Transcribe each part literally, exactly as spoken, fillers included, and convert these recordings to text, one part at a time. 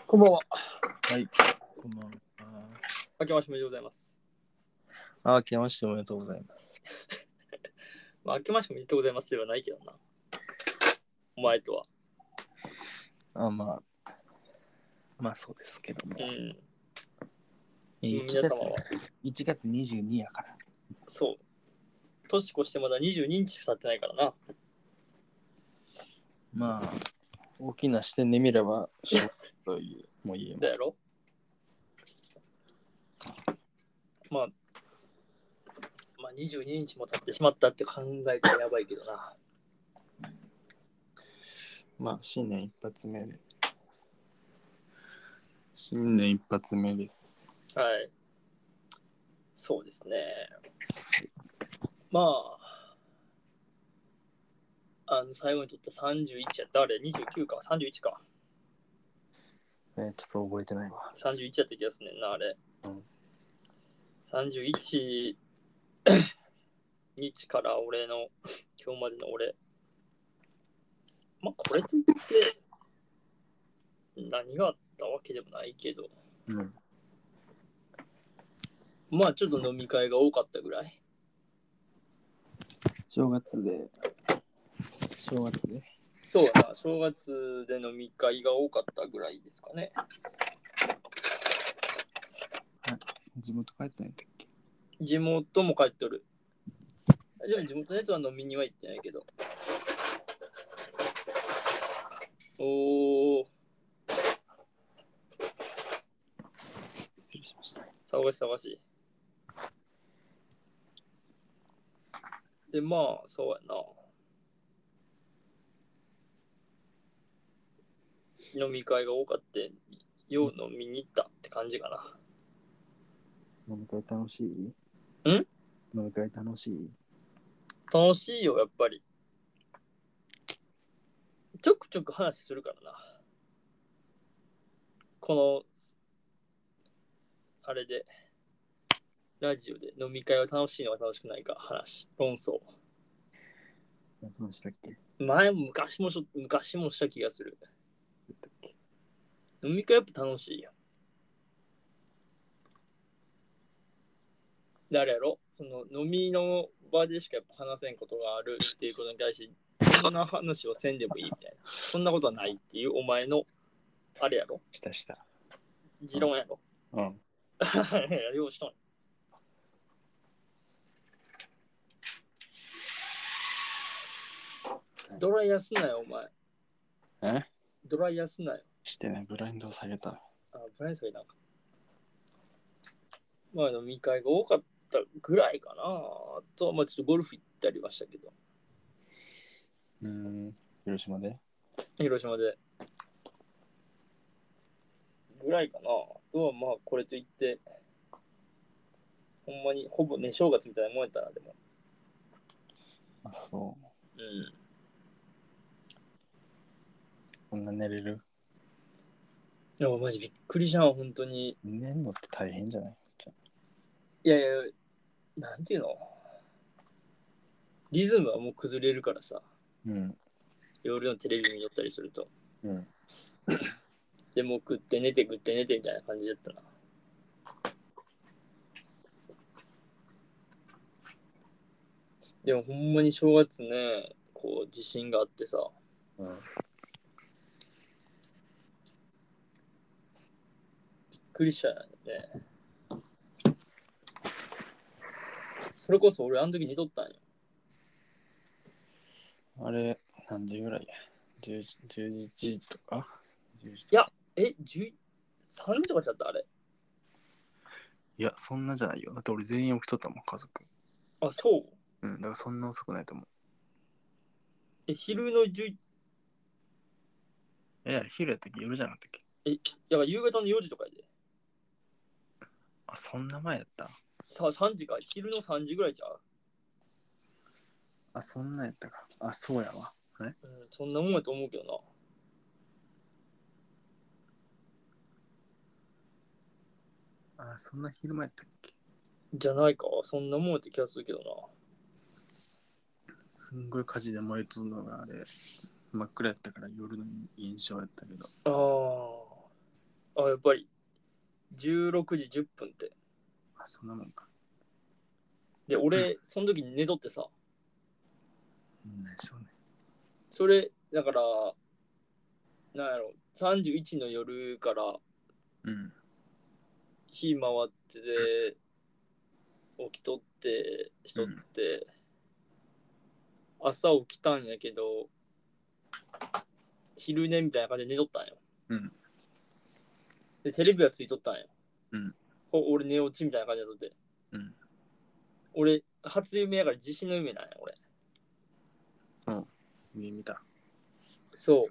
こんばんは。 はい、こんばんは。 明けましておめでとうございます。 あ、明けましておめでとうございます。 まあ、明けましておめでとうございますではないけどな。お前とは。 あ、まあ、まあそうですけども。 うん。 えー皆様は。 いちがつにじゅうにやから。 そう。年越してまだにじゅうににちしか経ってないからな。 まあ、大きな視点で見れば、しょというも言えます。 だやろまあ、まあ、にじゅうににちも経ってしまったって考えたらやばいけどな。 まあ、新年一発目で。新年一発目です。 はい。そうですね。まあ、あの、最後にとったさんじゅういちやった。あれ、にじゅうきゅうか、さんじゅういちか。 えーちょっと覚えてないわ。 さんじゅういちやった気がするねんな、あれ。 うん、 さんじゅういち日から俺の、今日までの俺。まあ、これといって、何があったわけでもないけど、 うん。 まあちょっと飲み会が多かったぐらい。 正月で、正月で。 そうやな、正月で飲み会が多かったぐらいですかね。 地元帰ったんやったっけ？ 地元も帰っとる。でも地元のやつは飲みには行ってないけど。おー、 失礼しました。 騒がし騒がしい。で、まあ、そうやな。飲み会が多かって、よう飲みに行ったって感じかな。 飲み会楽しい？ ん飲み会楽しい？ 楽しいよ、やっぱり。ちょくちょく話するからな。この、あれで、ラジオで飲み会は楽しいのか楽しくないか話、論争。 そうしたっけ？ 前も昔もしょ昔もした気がする。 やったっけ？ 飲み会やっぱ楽しいよ。であれやろその飲みの場でしかやっぱ話せんことがあるっていうことに対してそんな話をせんでもいいみたいな。そんなことはないっていうお前のあれやろしたした。 持論やろうん。 いやようしとん。ドライヤーすなよお前。 え？ ドライヤーすなよ。 してね、ブラインドを下げた。 あ、ブラインドがいなんか。まあ飲み会が多かったぐらいかな。あとはまあちょっとゴルフ行ったりはしたけど。 うーん、広島で？ 広島で。ぐらいかな。あとはまあこれといって、ほんまにほぼね正月みたいなもんやったな、でも。 あ、そう。 うん。 こんな寝れる？ いや、マジびっくりしたん、本当に。 寝んのって大変じゃない？ いやいや、なんていうのリズムはもう崩れるからさ。 うん。 夜のテレビ見よったりすると。 うん。 でも食って寝て食って寝てみたいな感じだったな。でもほんまに正月ね、こう地震があってさ。 うん。 びっくりしたよね。それこそ俺あの時に撮ったんよ。 あれ、何時ぐらいや？ じゅう 時、じゅういちじとか？じゅうじいや、え、じゅうさんじとかちゃったあれ。 いや、そんなじゃないよ。だって俺全員起きとったもん、家族。 あ、そううん、だからそんな遅くないと思う。 え、昼のじゅう、 え、あれ昼やったっけ？夜じゃなかったっけ？ え、いや夕方のよじとかやで。 あ、そんな前やった？ さあさんじか、昼のさんじぐらいちゃう。 あ、そんなやったか。あ、そうやわ。え、 うん、そんなもんやと思うけどな。 あ、そんな昼間やったっけ？ じゃないか。そんなもんって気がするけどな。 すんごい火事で燃えとるのがあれ、真っ暗やったから夜の印象やったけど。 ああ。 あ、やっぱりじゅうろくじじゅっぷんって。 あ、そんなもんか。 で、俺、その時に寝とってさ、 うん、そうね。 それ、だから、なんやろ、さんじゅういちの夜からうん。 日回ってで、起きとって、しとって、朝起きたんやけど、昼寝みたいな感じで寝とったんよ。 うん。 で、テレビはついとったんよ。 うん。 お俺寝落ちみたいな感じでとって。 うん。 俺、初夢やから自信の夢なんや、俺。 うん。見見た。 そう。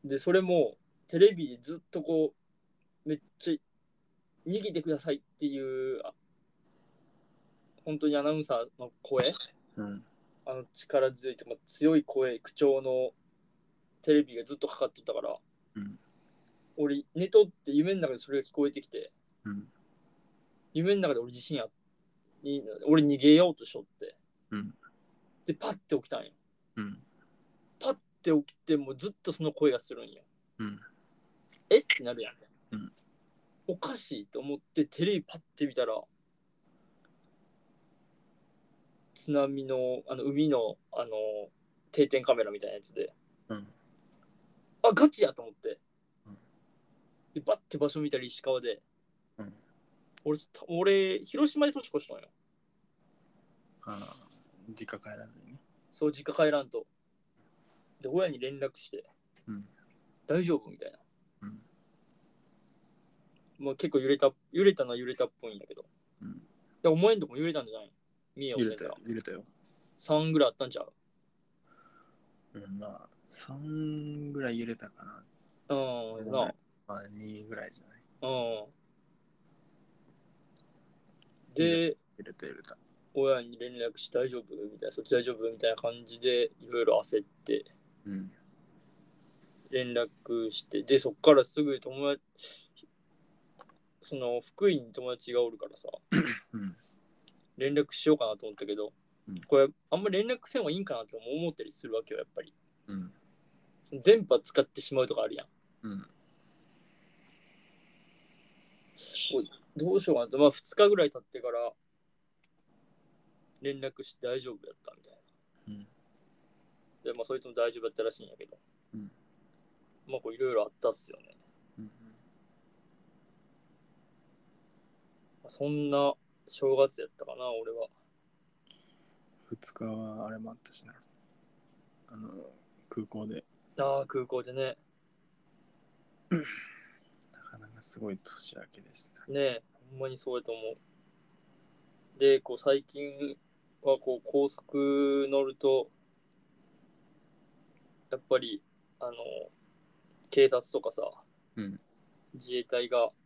で、それも、テレビでずっとこう、めっちゃ、逃げてくださいっていう、あ本当にアナウンサーの声、 うん。 あの力強いとか強い声、口調のテレビがずっとかかっとったから、 うん。 俺、寝とって夢の中でそれが聞こえてきて、 うん。 夢の中で俺自信や、に俺逃げようとしとって、 うん。 で、パッて起きたんよ。 うん。 パッて起きて、もうずっとその声がするんよ。 うん。 えってなるやん。 うん。 おかしいと思ってテレビパッて見たら、津波の、あの海の、あの、定点カメラみたいなやつで、 うん。 あ、ガチやと思って、 うんで、バッて場所見たら石川で、 うん。 俺、俺広島で年越したんよ。 ああ、実家帰らずにね。 そう、実家帰らんと。で、親に連絡して、 うん。 大丈夫みたいな。 うん。 まあ、結構揺れた、揺れたのは揺れたっぽいんだけど。 うん。 で、お前んとこ揺れたんじゃない？見えよっ揺れたよてんだら。。 揺れたよ。 さんぐらいあったんちゃう？ うん、まあ、さんぐらい揺れたかな。 うん、 でなまあ、にぐらいじゃない。 うん。 揺れで、 揺れた揺れた。 親に連絡して大丈夫みたいな、そっち大丈夫みたいな感じで、いろいろ焦って、 うん。 連絡して、で、そっからすぐ友達、その福井に友達がおるからさ、 うん。 連絡しようかなと思ったけど、 うん、 これ、あんま連絡せん方がいいんかなって思ったりするわけよ、やっぱり。 うん。 その電波使ってしまうとかあるやん。 うん。 おいどうしようかなと、まあふつかぐらい経ってから連絡して大丈夫やったみたいな。 うん。 で、まあそいつも大丈夫やったらしいんやけど、 うん。 まあこういろいろあったっすよね。 うん。 まあ、そんな正月やったかな、俺は。 ふつかはあれもあったしな。あの、空港で。 ああ、空港でね。 なかなかすごい年明けでした。 ねえ、ほんまにそうやと思う。で、こう最近はこう高速乗ると、やっぱり、あの、警察とかさ、 うん。 自衛隊が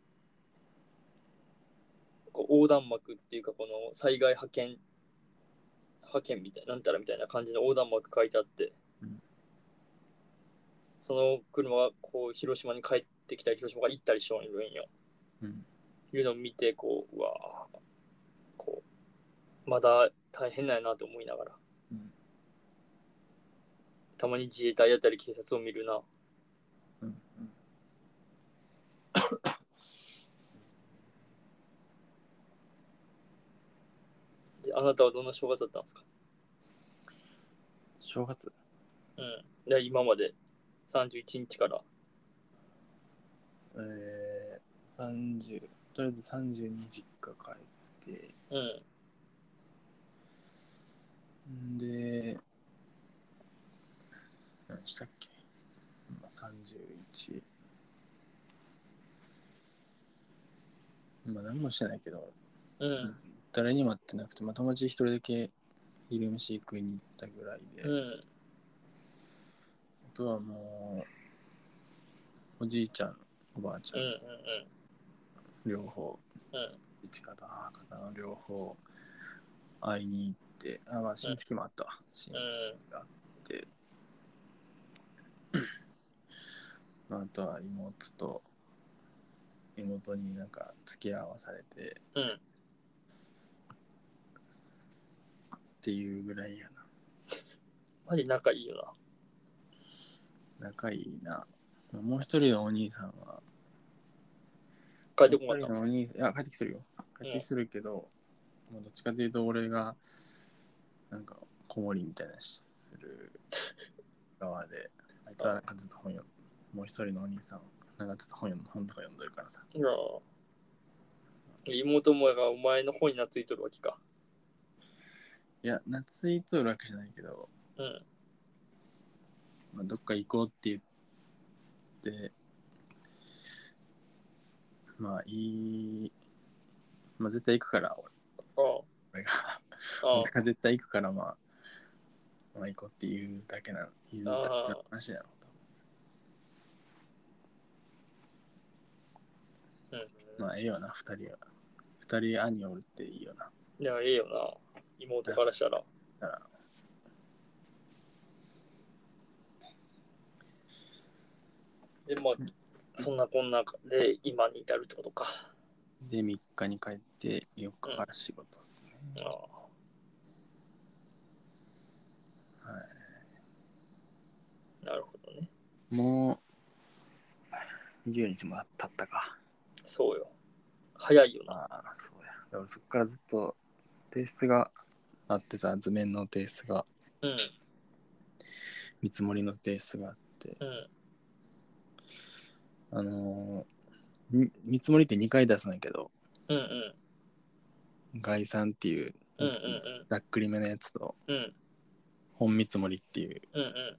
こう横断幕っていうか、この災害派遣、派遣みたいな、なんたらみたいな感じの横断幕書いてあって、 うん。 その車がこう広島に帰ってきたり、広島から行ったりしようにいるんよ。 うん。 いうのを見て、こう、うわーこう、まだ大変なんやなと思いながら、 うん。 たまに自衛隊やったり警察を見るな。 うん。 で、あなたはどんな正月だったんですか？ 正月。 うん。で、今までさんじゅういちにちから。 えー、さんじゅう、とりあえずさんじゅうに実家帰って、 うん。 んで、何したっけ、まあ、さんじゅういち、まあ何もしてないけど、 うん。 誰にも会ってなくて、まあ友達一人だけ昼飯食いに行ったぐらいで、 うん。 あとはもう、おじいちゃん、おばあちゃうん。うん。 ん、両方、 うん。 父方、母方の両方会いに行って、あ、まあ親戚もあったわ。親戚があって、まあ、あとは妹と、妹になんか付き合わされてうん。 っていうぐらいやな。 マジ仲いいよ仲いいな。もう一人のお兄さんは、 帰ってこなかった。 二人のお兄さん、いや、帰ってきてるよ。帰ってきてるけど、うん、もうどっちかというと俺が、なんか、子守みたいなする側で、あいつはなんかずっと本読む。もう一人のお兄さん、なんかずっと本読む、本とか読んでるからさ。 いや妹もがお前の方に懐いとるわけか。 いや、夏いとるわけじゃないけど、 うん。 まあ、どっか行こうって言って、まあいい、まあ絶対行くから、俺あ俺が、 あ。 俺が絶対行くから、まあ、まあ行こうっていうだけな、言うだけの話なの。 うん。 まあええよな、二人は。二人兄おるっていいよな。 いや、ええよな。妹からしたら。 だからで、まあ、そんなこんなで今に至るってことか。 で、みっかに帰ってよっかから仕事っすね。 うん、ああ。 はい。 なるほどね。 もうにじゅうにちも経ったか。 そうよ。早いよな。 ああ、そうや。だからそっからずっと提出があってさ、図面の提出が、 うん。 見積もりの提出があって、 うん。 あのー、見積もりってにかい出すんやけど、 うんうん。 概算っていう、 うんうんうん。 ざっくりめのやつと、 うん。 本見積もりっていう、 うん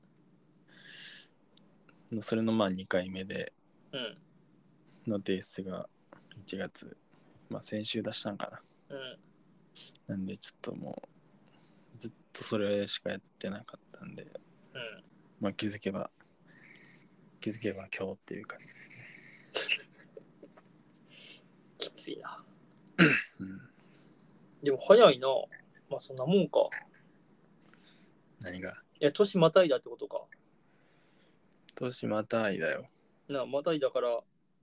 うん。 それのまあにかいめで、 うん。 の提出がいちがつ、まあ先週出したんかな。 うん。 なんでちょっともう、ずっとそれしかやってなかったんで、 うん。 まあ気づけば、気づけば今日っていう感じですね。 きついな。 うん。 でも早いな。まあそんなもんか。 何が？ いや、年またいだってことか。 年またいだよ。 な、またいだから、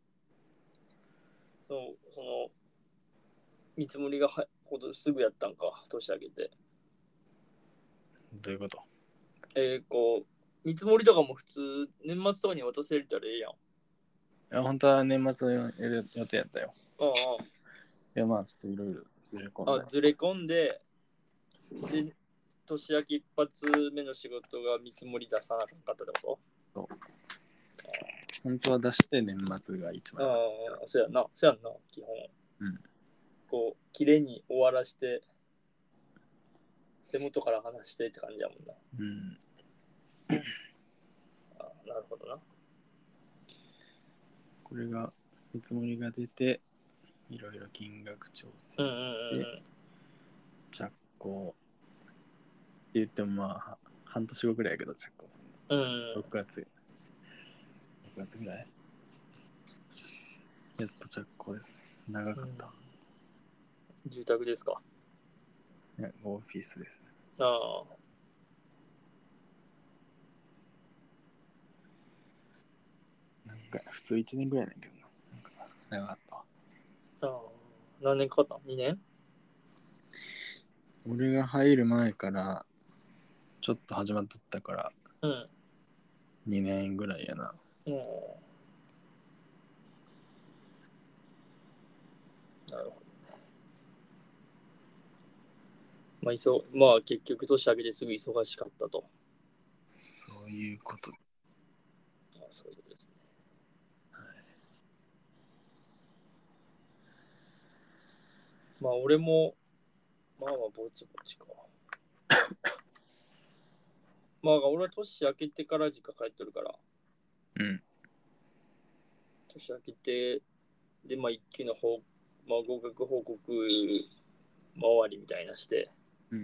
その、その、見積もりがはほどすぐやったんか、年明けて。 どういうこと？ えー、こう、見積もりとかも普通、年末とかに渡せれたらええやん。 いや、本当は年末の予定やったよ。 ああ、 いや、まあちょっといろいろずれ込んああ、 だりずれ込んで、で、年明け一発目の仕事が見積もり出さなかったってこそう。本当は出して年末が一と？あ番。 あ、そうやんな、そうやんな、基本。 うん。 こう、綺麗に終わらして、手元から話してって感じやもんな。 うん。 ああ、なるほどな。 これが、見積もりが出て、いろいろ金額調整うんうんうんで、着工って言ってもまあ、半年後ぐらいやけど着工するんです。 うん。うんろくがつ。ろくがつぐらいやっと着工ですね。長かった。 うん、住宅ですか？ いや、オフィスですね。 ああ。 なんか、普通いちねんぐらいなんやけどな。なんか長かったわ。 ああ。何年かかった？ に 年？ 俺が入る前から、ちょっと始まっとったから、 うん。 にねんぐらいやな。 うん。なるほど。まあ、いそまあ、結局年明けですぐ忙しかったと。 そういうこと。 ああ、そういうことですね。 はい、 まあ、俺も、まあまあ、ぼちぼちか。まあ、俺は年明けてから実家帰ってるから、 うん。 年明けて、で、まあ、一期の方、まあ、合格報告周りみたいなして、 うん。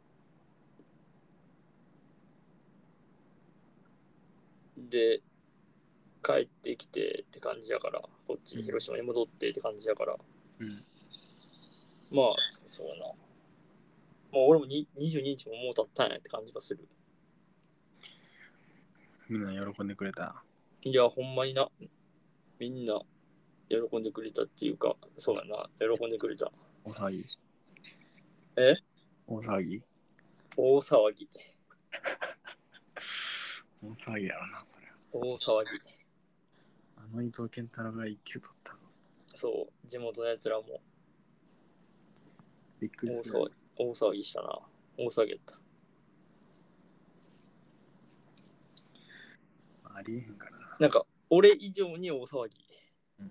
で、帰ってきてって感じやから、こっちにうん広島に戻ってって感じやから、 うん。 まあ、そうやな。まあ、俺もににじゅうににちももう経ったんやって感じがする。 みんな喜んでくれた。 いや、ほんまにな、みんな喜んでくれたっていうか、そうやな、喜んでくれた。 大騒ぎ。 え大騒ぎ。 大騒ぎ。 大騒ぎやろな、それ。 大騒ぎ。 あの伊藤健太郎が一級取ったぞ。 そう地元のやつらもびっくり大する。 騒ぎ大騒ぎしたな。大騒ぎやった。 ありえへんかな。 なんか俺以上に大騒ぎ。 うん、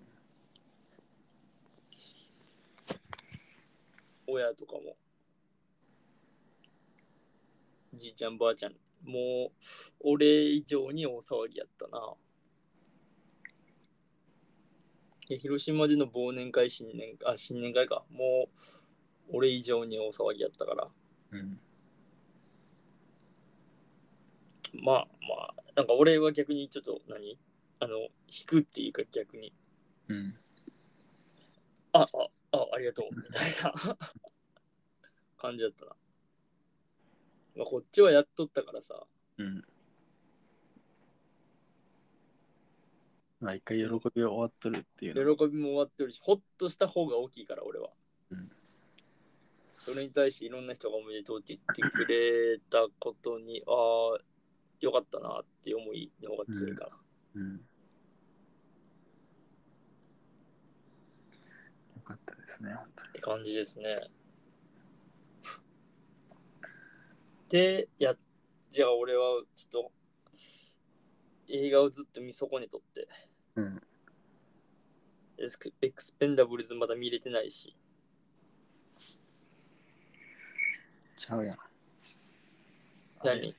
親とかもじいちゃんばあちゃんもう俺以上に大騒ぎやったな。で広島での忘年会新年あ新年会かもう俺以上に大騒ぎやったから、 うん、 まあまあなんか俺は逆にちょっと何あの引くっていうか逆にうん、 あああありがとうみたいな感じだったな。まあ、こっちはやっとったからさ。 うん。まあ一回喜びは終わっとるっていうの。 喜びも終わってるし、ほっとした方が大きいから、俺は。 うん、 それに対していろんな人がおめでとうって言ってくれたことに、ああ、よかったなっていう思いの方が強いかな。 うん。うん、よかったですね、本当に。 って感じですね。で、や、じゃあ俺はちょっと映画をずっと見損ねとって、 うん。 エスクエクスペンダブルズまだ見れてないし。 ちゃうやん。 何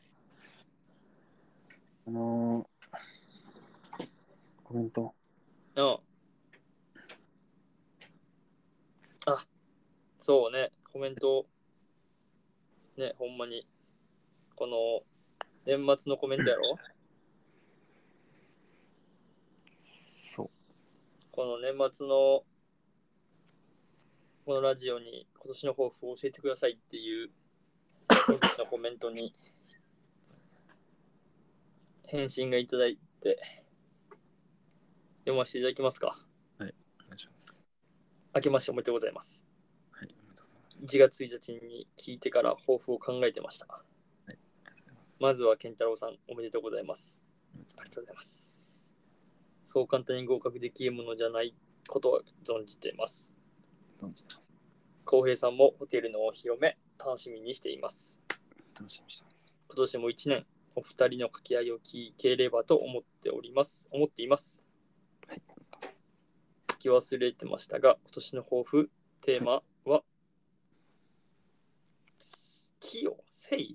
あのー、コメント。 うん。あ、そうね、コメント、ね、ほんまに、この年末のコメントやろそう。 この年末のこのラジオに今年の抱負を教えてくださいっていうのコメントに返信がいただいて読ませていただきますか。 はい、お願いします。 明けましておめでとうございます。 はい、おめでとうございます。 いちがつついたちに聞いてから抱負を考えてました。はい、 ありがとうございます。 まずは健太郎さんおめでとうございます。ありがとうございます。そう簡単に合格できるものじゃないことは存じています。 存じてます。 浩平さんもホテルのお披露目楽しみにしています。 楽しみにしてます。 今年もいちねんお二人の掛け合いを聞ければと思っております。思っています。 はい。 聞き忘れてましたが、今年の抱負、テーマは、はい、月をせい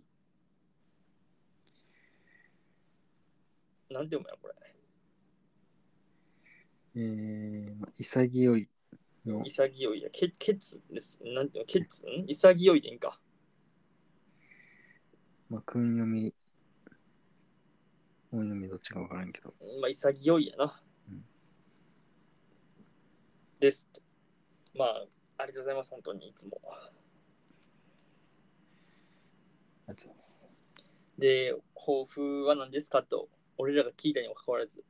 なんて読むやこれ。 えー、まあ、潔いの。 潔いや、け、けつです。なんていうの、けつん潔いでいいんか。 まあ、訓読み、音読みどっちかわからんけど。 まあ、潔いやな。 うん、 です。まあ、ありがとうございます、本当にいつも。 ありがとうございます。 で、抱負は何ですかと、俺らが聞いたにもかかわらず、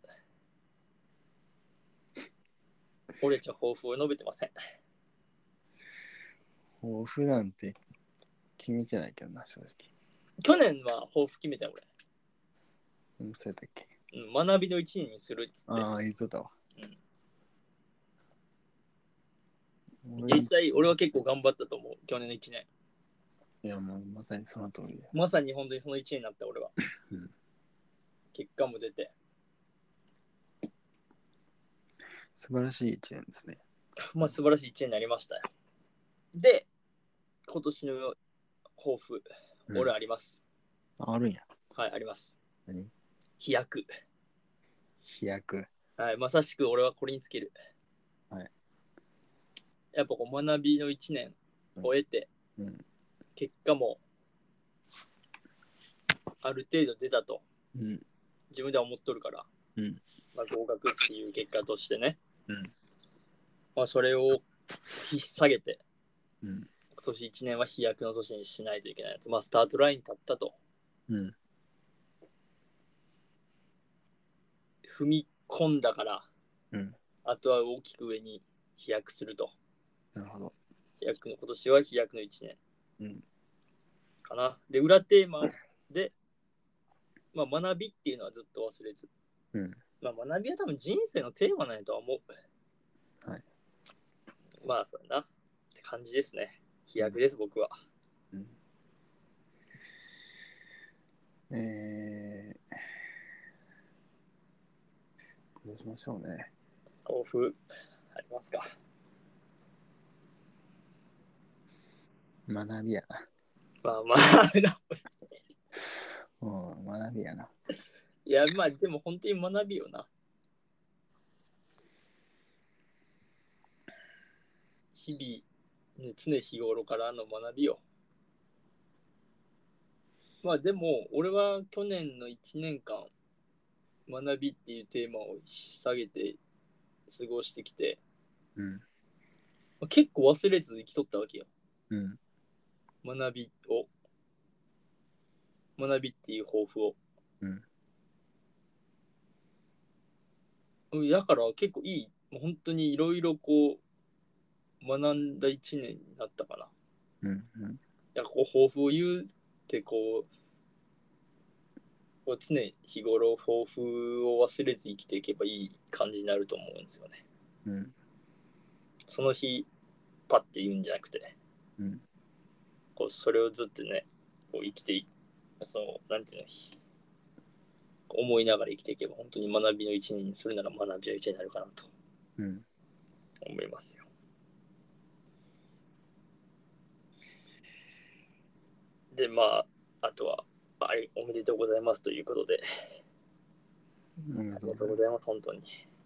俺たちは抱負を述べてません。 抱負なんて決めてないけどな、正直。 去年は抱負決めたよ、 うん、そうやったっけ。 俺。うん、学びの一年にするっつって。 ああ、言っとったわ。 うん、実際、俺は結構頑張ったと思う、去年のいちねん。いや、もうまさにその通りで。 ん。まさに本当にそのいちねんになった、俺は。 うん、 結果も出て。 素晴らしい一年ですね。 まあ、素晴らしいいちねんになりましたよ。で、今年の抱負、うん、俺あります。 あ、あるんや。 はい、あります。 何？ 飛躍。 飛躍。 はい、まさしく俺はこれにつける。 はい。 やっぱこう学びのいちねんを得て、 うんうん、 結果もある程度出たと、うん、自分では思っとるから、うん、まあ、合格っていう結果としてね、うん、まあ、それを引っ提げて、うん、今年いちねんは飛躍の年にしないといけないと、まあ、スタートラインに立ったと、うん、踏み込んだから、うん、あとは大きく上に飛躍すると。なるほど。飛躍の今年は飛躍のいちねん、うん、かな。で、裏テーマで、まあ、学びっていうのはずっと忘れず、うん、まあ、学びは多分人生のテーマなんやとは思う。はい。 まあ、そうだな。って感じですね。飛躍です、僕は。 うん。えー、どうしましょうね。 抱負ありますか？ 学びやな。 まあまあ、 うん、学びやな。 いや、まあ、でも本当に学びよな。日々、ね、常日頃からの学びよ。まあでも、俺は去年のいちねんかん、学びっていうテーマを引っ提げて過ごしてきて、 うん。 まあ、結構忘れず生きとったわけよ。 うん。 学びを。学びっていう抱負を。 うん。 うんだから結構いい、もう本当にいろいろこう、学んだいちねんになったかな。 うん。うん。 いや、こう抱負を言うってこう、こう常日頃抱負を忘れず生きていけばいい感じになると思うんですよね。 うん。 その日パッて言うんじゃなくて、 うん。 こうそれをずっとね、こう生きていそのなんていうの、思いながら生きていけば本当に学びの一年にするなら学びの一年になるかなとうん思いますよ。でまああとはあれおめでとうございますということで、 ありありがとうございます本当に。 が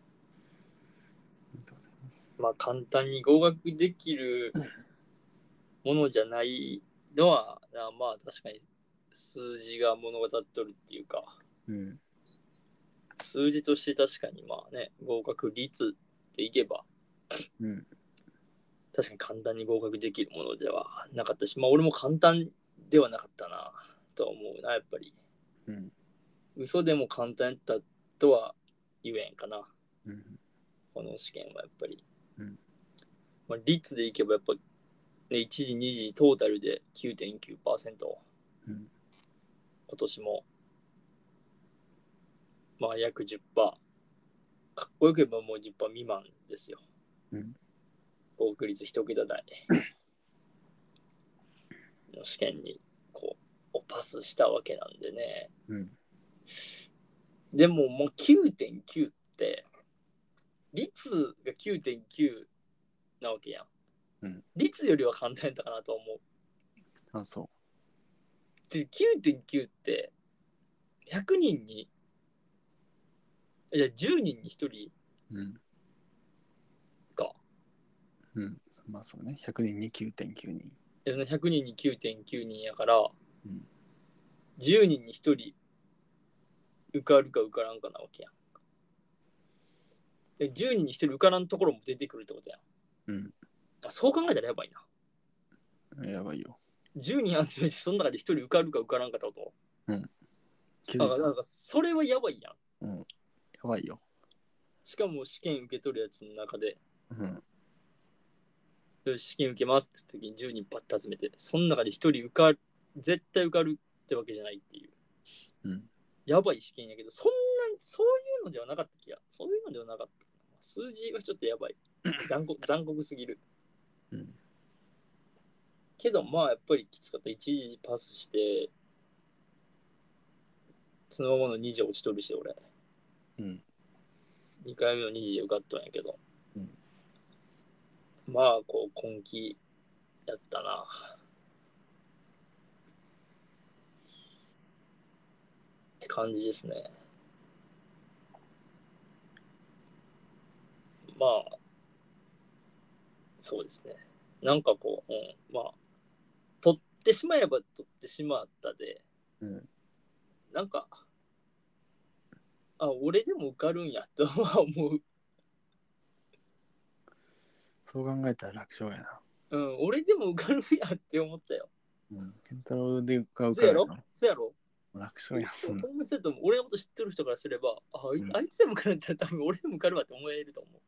とうございます。 まあ簡単に合格できるものじゃないのはまあ確かに数字が物語っとるっていうか、 うん。 数字として確かにまあね合格率でいけばうん。 確かに簡単に合格できるものではなかったし、まあ俺も簡単ではなかったなと思うな、やっぱり。 うん。 嘘でも簡単やったとは言えんかな、 うん。 この試験はやっぱり。 うん。 まあ、率でいけばやっぱ、ね、いち次、に次トータルで きゅうてんきゅうパーセント、 うん。 今年も、まあ約じゅっパーセント、かっこよければもうじゅっパーセント未満ですよ。 うん。 合格率一桁台の試験にこうパスしたわけなんでね。 うん。 でももう きゅうてんきゅう って率が きゅうてんきゅう なわけやん。 うん。 率よりは簡単やったかなと思う。 あ、そで きゅうてんきゅう ってひゃくにんに、いやじゅうにんにひとりう。うん。 か。 うん。まあそうね。ひゃくにんに きゅうてんきゅう 人。 ひゃくにんに きゅうてんきゅう 人やから、 うん。 じゅうにんにひとり受かるか受からんかなわけやん。でじゅうにんにひとり受からんところも出てくるってことやん。 うん。 あ、そう考えたらやばいな。 やばいよ。 じゅうにん集めてその中でひとり受かるか受からんかってこと。 うん。気だづいた。 からなんかそれはやばいやん。 うん。やばいよ。 しかも試験受け取るやつの中で、 うん。 試験受けますって時にじゅうにんパッと集めて、その中でひとり受かる、絶対受かるってわけじゃないっていう。 うん。 やばい試験やけど、そんな、そういうのではなかった気が。そういうのではなかった。数字はちょっとやばい。残酷残酷すぎる。 うん。 けど、まあ、やっぱりきつかった。いち次にパスして、そのままのに次落ちとるし、俺。 うん。 にかいめのに次受かったんやけど。 うん。 まあ、こう、根気やったな。って感じですね。まあ、そうですね。なんかこう、うん、まあ、取ってしまえば取ってしまったで、 うん。 なんか、あ、俺でも受かるんやとは思う。 そう考えたら楽勝やな。 うん、俺でも受かるんやって思ったよ。 うん。ケンタロウで受かるそうやろそうやろ楽勝やそんな。 ほんまそうやと思う。俺のこと知ってる人からすれば、ああい,、 うんあいつでも受かるんだったら多分俺でも受かるわって思えると思う。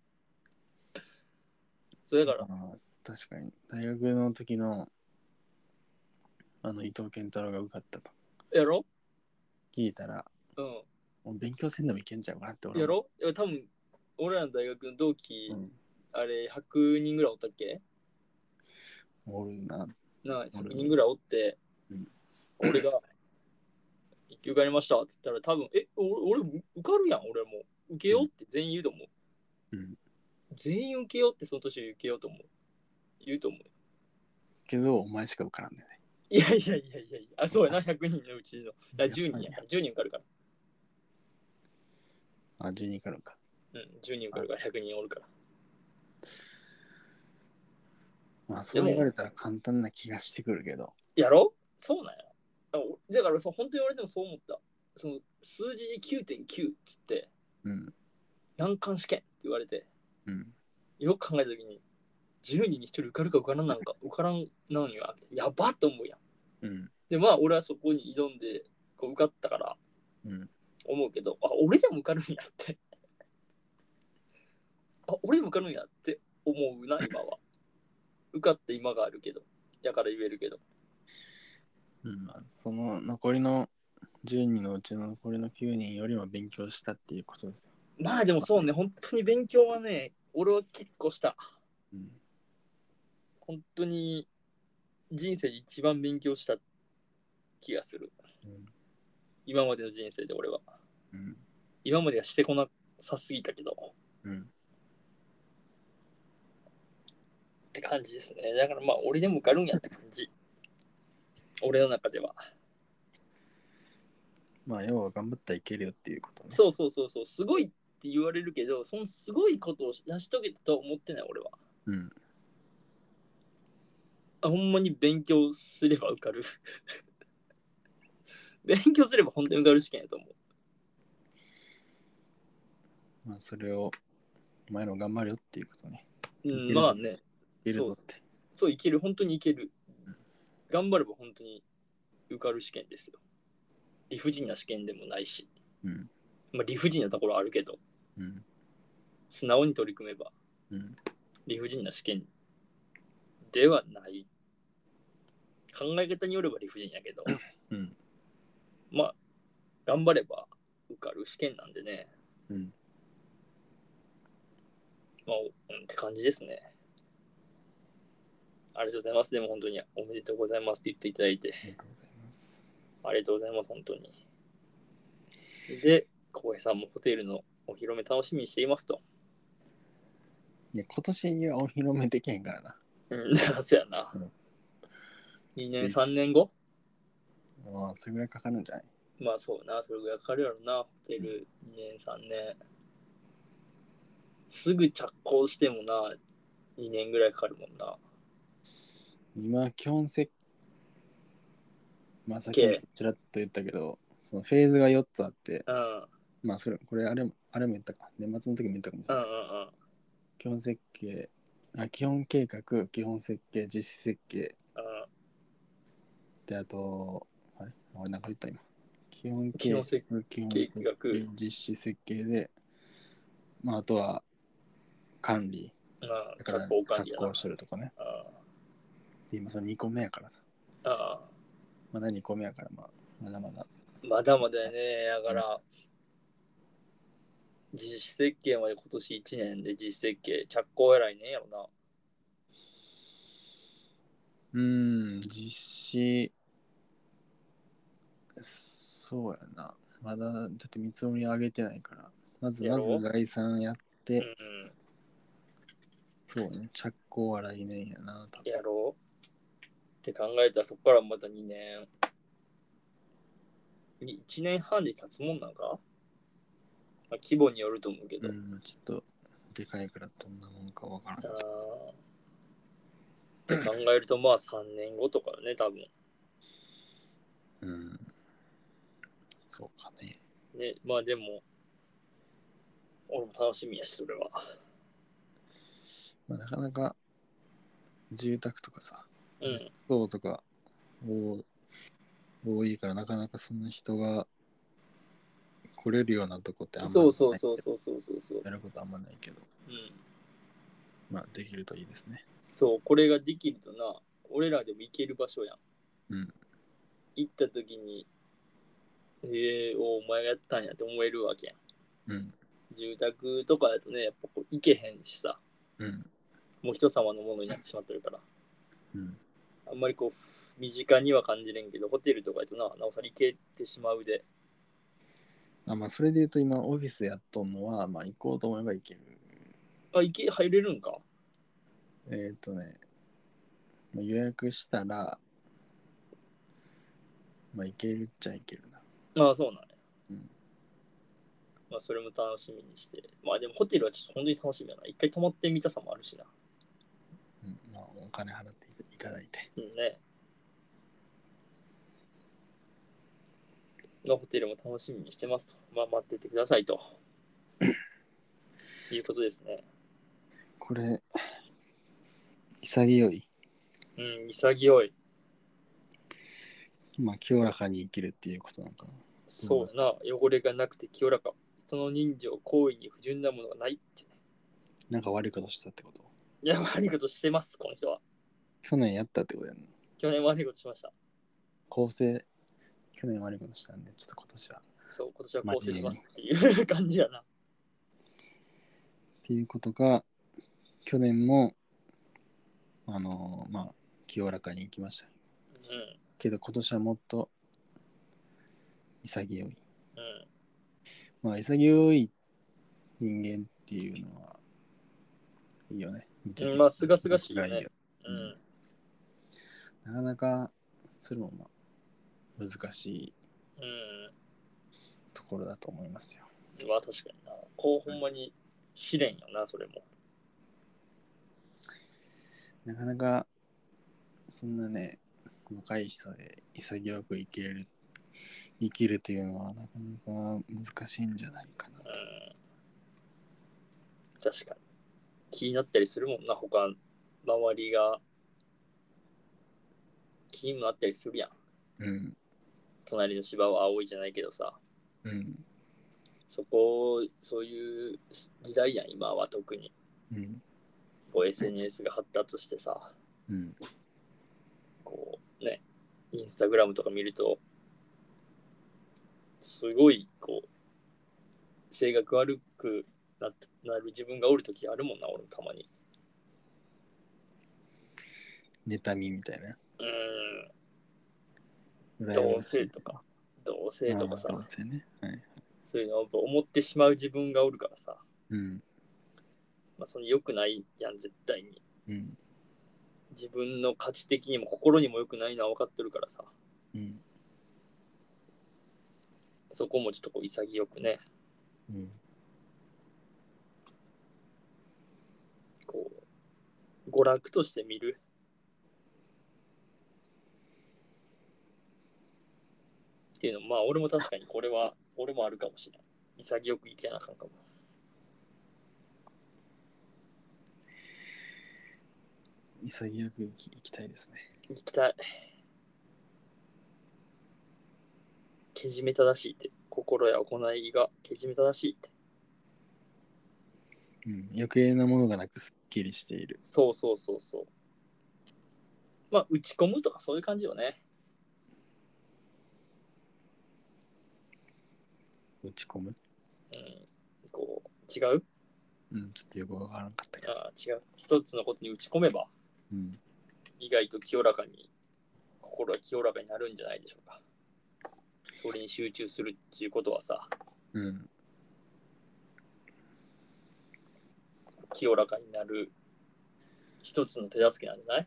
そうだから。 あ確かに。大学の時のあの伊藤健太郎が受かったとやろ聞いたら、 うん。 もう勉強せんでもいけんちゃうかなって俺やは思ろいや多分、俺らの大学の同期、 う。うん。 あれ、ひゃくにんぐらいおったっけおるな。 な、ひゃくにんぐらいおって、 うん、 俺が、一級受かりましたって言ったら、多分、え、俺、俺受かるやん、俺もう。受けようって全員言うと思う。 うん。 全員受けようってその年受けようと思う。言うと思う。 けど、お前しか受からんねんね。 いやいやいやいやいや、あ、そうやな、ひゃくにんのうちの。だじゅうにんやから、じゅうにん受かるから。 あ、じゅうに受かるか。 うん、じゅうにん受かるからひゃくにんおるから。 まあ、そう言われたら簡単な気がしてくるけど。 やろそうなんや。だからそう、本当に俺でもそう思った。その数字で きゅうてんきゅう っつって、 うん。 難関試験って言われて、 うん。 よく考えたときに、じゅうにんにひとり受かるか受からんなんか、受からんなんや、やばって思うやん。 うん。 で、まあ、俺はそこに挑んで、こう受かったからうん。 思うけど、あ、俺でも受かるんやって。あ、俺でも受かるんやって思うな、今は。受かって今があるけど、やから言えるけど。 うん、まあ、その残りのじゅうにんのうちの残りのきゅうにんよりも勉強したっていうことですよ。 まあでもそうね、本当に勉強はね、俺は結構した。 うん。 本当に人生で一番勉強した気がする。 うん。 今までの人生で俺は。 うん。 今まではしてこなさすぎたけど。 うん。 って感じですね。だからまあ、俺でも受かるんやって感じ。俺の中では。 まあ、要は頑張ったらいけるよっていうことね。 そうそうそうそう。すごいって言われるけど、そのすごいことを成し遂げたとは思ってない、俺は。 うん。 あ、ほんまに勉強すれば受かる。勉強すれば本当に受かる試験やと思う。 まあ、それを、お前ら頑張るよっていうことね。 うん、 いけるぞまあね。 いけるぞって。 そう、いける。本当にいける。頑張れば本当に受かる試験ですよ。理不尽な試験でもないし。 うん。 まあ理不尽なところあるけど、 うん。 素直に取り組めばうん。 理不尽な試験ではない。考え方によれば理不尽やけど、 うん。 まあ、頑張れば受かる試験なんでね。 うん。 まあ、うんって感じですね。ありがとうございます。でも本当におめでとうございますって言っていただいて。 ありがとうございます。 ありがとうございます、本当に。で、浩平さんもホテルのお披露目楽しみにしていますと。 いや、今年はお披露目できへんからな。 うん、そうやな。 うん、 にねん、さんねんごまあ、それぐらいかかるんじゃない？ まあそうな、それぐらいかかるやろな、ホテルにねん、さんねん。すぐ着工してもな、にねんぐらいかかるもんな。 今、基本設まあ、さっきもちらっと言ったけど、そのフェーズがよっつあって、 うん。 まあ、それ、これ、あれも、あれも言ったか。年末の時も言ったかもしうんうれない。 んうん。 基本設計、あ、基本計画、基本設計、実施設計。 うんで、あと、あれ俺なんか言った今。基本計画、 基本設基本計設画計、実施設計で、まあ、あとは管理。 うん、 だから、 着工管理やな。 着工してるとかね。 あで、今、そのにこめやからさ。 あ、 まだにこめやから、まあ、まだまだ。 まだまだやね。だから、実施設計まで今年いちねんで実施設計、着工偉いねんやろな。 うーん、実施、そうやな。まだ、だって見積もり上げてないから。まず、まずやろ概算やっうて、 ん、 そうね、着工は来年やな、多分。 やろうって考えたらそこからまたにねん。いちねんはんで経つもんなんか、まあ、規模によると思うけど。 うん、ちょっと、でかいからどんなもんかわからんけど。 あって考えるとまあさんねんごとかね、多分。 うん。そうかね。 ね、まあでも、俺も楽しみやし、それは。 まあ、なかなか、住宅とかさ、 うん。 そうとか多多いから、なかなかそんな人が来れるようなとこってあんまそうそうない。 そうそうそうそうそう。 やることあんまないけど、 うん。 まあ、できるといいですね。 そう、これができるとな、俺らでも行ける場所やん。 うん。 行った時に、ええー、お前がやったんやって思えるわけやん。 うん。 住宅とかだとね、やっぱこう行けへんしさ、 うんもう人様のものになってしまってるから、 うんあんまりこう身近には感じれんけど、ホテルとかやとな、なおさら行けてしまうで。 あまあそれで言うと今オフィスやっとんのはまあ行こうと思えば行ける。 あ、行け、入れるんか。 えっ、ー、とね、まあ、予約したらまあ行けるっちゃ行けるな。 ああ、そうなんや。 うん、 まあ、それも楽しみにして。まあ、でもホテルはちょっと本当に楽しみやな。一回泊まってみたさもあるしな。 うん、まあお金払っていただいて。 うんね。のホテルも楽しみにしてますと。まあ、待っててくださいと。いうことですね。 これ潔い。 うん、潔い。 まあ清らかに生きるっていうことなのかな。 そうやな。汚れがなくて清らか。人の人情、行為に不純なものがないって。 なんか悪いことしたってこと？ いや、悪いことしてます、この人は。 去年やったってことやんの？ 去年悪いことしました。 構成、去年悪いことしたんで、ちょっと今年は。 そう、今年は更生しますっていう感じやな。 っていうことが、去年も、あのーまあ、清らかに生きました。 うん。 けど今年はもっと潔い。 うん。 まあ、潔い人間っていうのは、いいよね。見てて。 うん、まあ、すがすがしいよね。 間違いよ。 うん。 なかなか、それもまあ、難しいうん。 ところだと思いますよ。 まあ、確かにな。こう、ほんまに試練よな、それも。 なかなか、そんなね、若い人で潔く生きれる、生きるというのはなかなか難しいんじゃないかなと。 うん。確かに。気になったりするもんな、他、周りが気にもなったりするやん。 うん。 隣の芝は青いじゃないけどさ。 うん。 そこ、そういう時代やん、今は特に。 うん。 こう エスエヌエス が発達してさ、 うん。 こうね、インスタグラムとか見ると、すごい、こう、性格悪くななる自分がおるときあるもんな、俺もたまに。 妬みみたいな。 うーん、 羨同ましい。 性とか、同性とかさ、 ああ、同性ね。はい。 そういうのを思ってしまう自分がおるからさ、 うん。 まあ、その良くないやん、絶対に。 うん。 自分の価値的にも心にも良くないのは分かってるからさ、 うん。 そこもちょっとこう潔くね、 うん。 こう、娯楽として見る。っていうのも、まあ俺も確かにこれは、俺もあるかもしれない。潔く生きやなあかんかも。 潔く生き生きたいですね。 生きたい。けじめ正しいって。心や行いがけじめ正しいって。 うん。余計なものがなくすっきりしている。 そうそうそうそう。まあ打ち込むとかそういう感じよね。 打ち込む。 うん。こう、違ううん。ちょっとよくわからなかったけど。 ああ、違う。一つのことに打ち込めば、 うん。 意外と清らかに、心が清らかになるんじゃないでしょうか。それに集中するっていうことはさ、 うん。 清らかになる一つの手助けなんじゃない？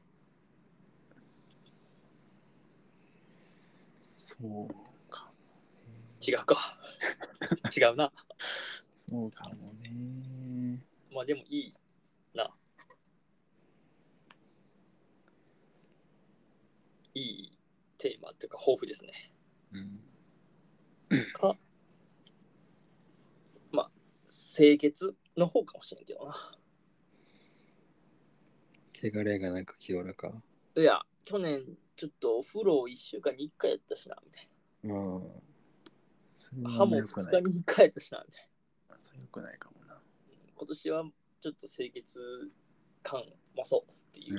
そうか。 違うか。違うな。 そうかもね。 まあでもいいな。いいテーマっていうか抱負ですね。 うん。 か、まあ、清潔の方かもしれんけどな。 汚れがなく清らか。 いや、去年ちょっとお風呂いっしゅうかんにいっかいやったしな、みたいああ。それな。 は歯も2 良くない。 日にいっかいやったしな、みたいそれ良くないかもな。 な。今年はちょっと清潔感増そうっていう。 うん。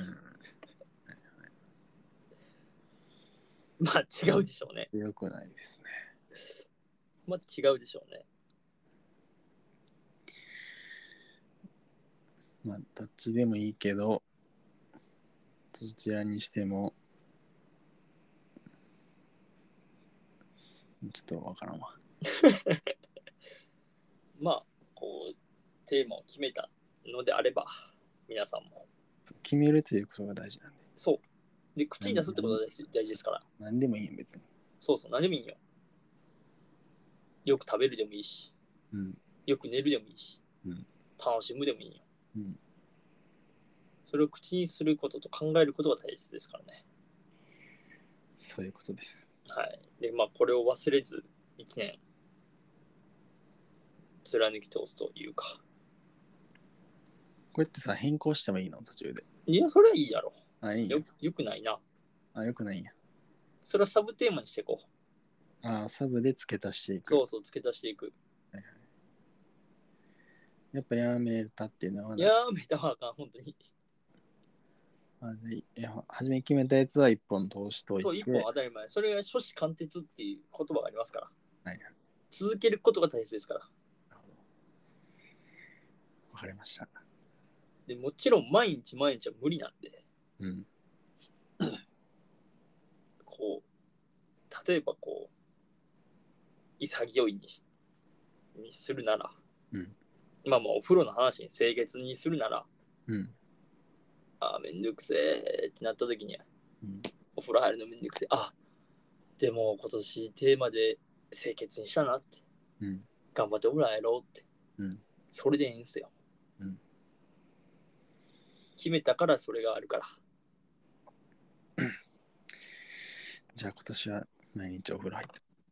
まあ違うでしょうね。 良くないですね。 まあ違うでしょうね。 まあどっちでもいいけど、どちらにしてもちょっとわからんわ。 まあこうテーマを決めたのであれば皆さんも決めるということが大事なんで。 そうで口に出すってことが大事大事ですから。 何でもいいよ別に。 そうそう何でもいいよ。よく食べるでもいいし、 うん。 よく寝るでもいいし、 うん。 楽しむでもいいよ。 うん。 それを口にすることと考えることが大切ですからね。 そういうことです。 はい。でまあこれを忘れず一年貫き通すというか。 これってさ、変更してもいいの途中で。 いやそれはいいやろ。 あ、いいよ。 よよくないな。 あ、よくないんや。 それはサブテーマにしていこう。 あ、サブで付け足していく。 そうそう付け足していく。 はいはい、やっぱやめたっていうのはやめたわあかん本当に。 あでいや初めに決めたやつは一本通しといて。 そう一本当たり前。それが初子貫徹っていう言葉がありますから。 はいはい、 続けることが大切ですから。 わかりました。 でもちろん毎日毎日は無理なんで。 うん。 こう例えばこう潔いにしにするなら、 うん、 まあまあお風呂の話に清潔にするなら、 うん、 あめんどくせえってなった時には、 うん、 お風呂入るのめんどくせえ。あでも今年テーマで清潔にしたなって、 うん、 頑張ってお風呂入ろうって、 うん、 それでいいんすよ。 うん、 決めたからそれがあるから。 じゃあ今年は毎日お風呂入って。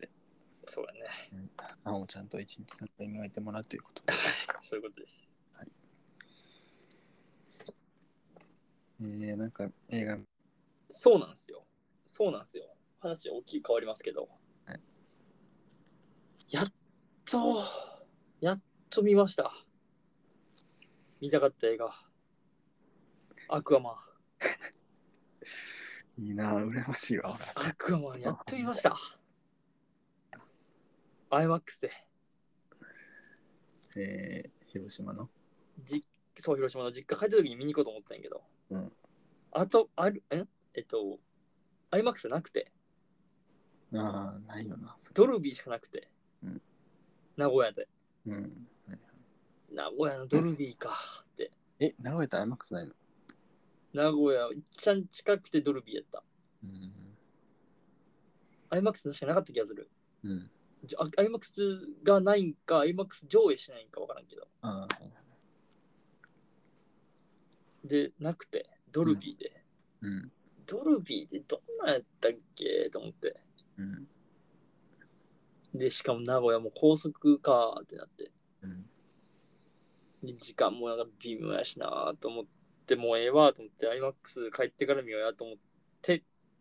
そうだね。 あもちゃんと一日さんかい磨いてもらうということ。 そういうことです。 はい、えー、なんか映画。 そうなんですよ。そうなんですよ。話大きく変わりますけど。 はい、 やっと、やっと見ました。見たかった映画。アクアマン。いいな、羨ましいわ、俺。 アクアマンやっと見ました。アイマックス で。 えー、広島のじそう、広島の実家帰った時に見に行こうと思ったんやけど。 うん。 あと、ある、ええっと、アイマックス なくて。 ああ、ないよな。 ドルビーしかなくて。 うん、 名古屋で。 うん。はいはい、 名古屋のドルビーかって。 え、名古屋ってアイマックスないの？ 名古屋、いっちゃん近くてドルビーやった。 うん。 アイマックス 確かなかった気がする。 うん。 アイマックス がないんか、アイマックス 上映しないんかわからんけど。 ああ、はいはい。 で、なくて、ドルビーで。 うん。 ドルビーでどんなんやったっけと思って。 うん。 で、しかも名古屋も高速かってなって。 うん。 で時間もなんか微妙やしなと思って、もうええわと思って、アイマックス 帰ってから見ようやと思って、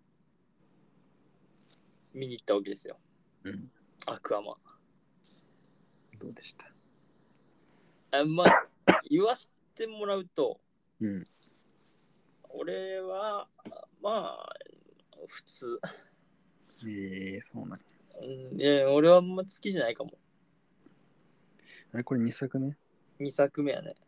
見に行ったわけですよ。 うん。 アクアマン。 どうでした？ あまあ、言わしてもらうと、 うん。 俺は、まあ、普通。 ええー、そうなんや。 うん、いや、俺はあんま好きじゃないかも。 あれ、これにさくめ？ にさくめやね。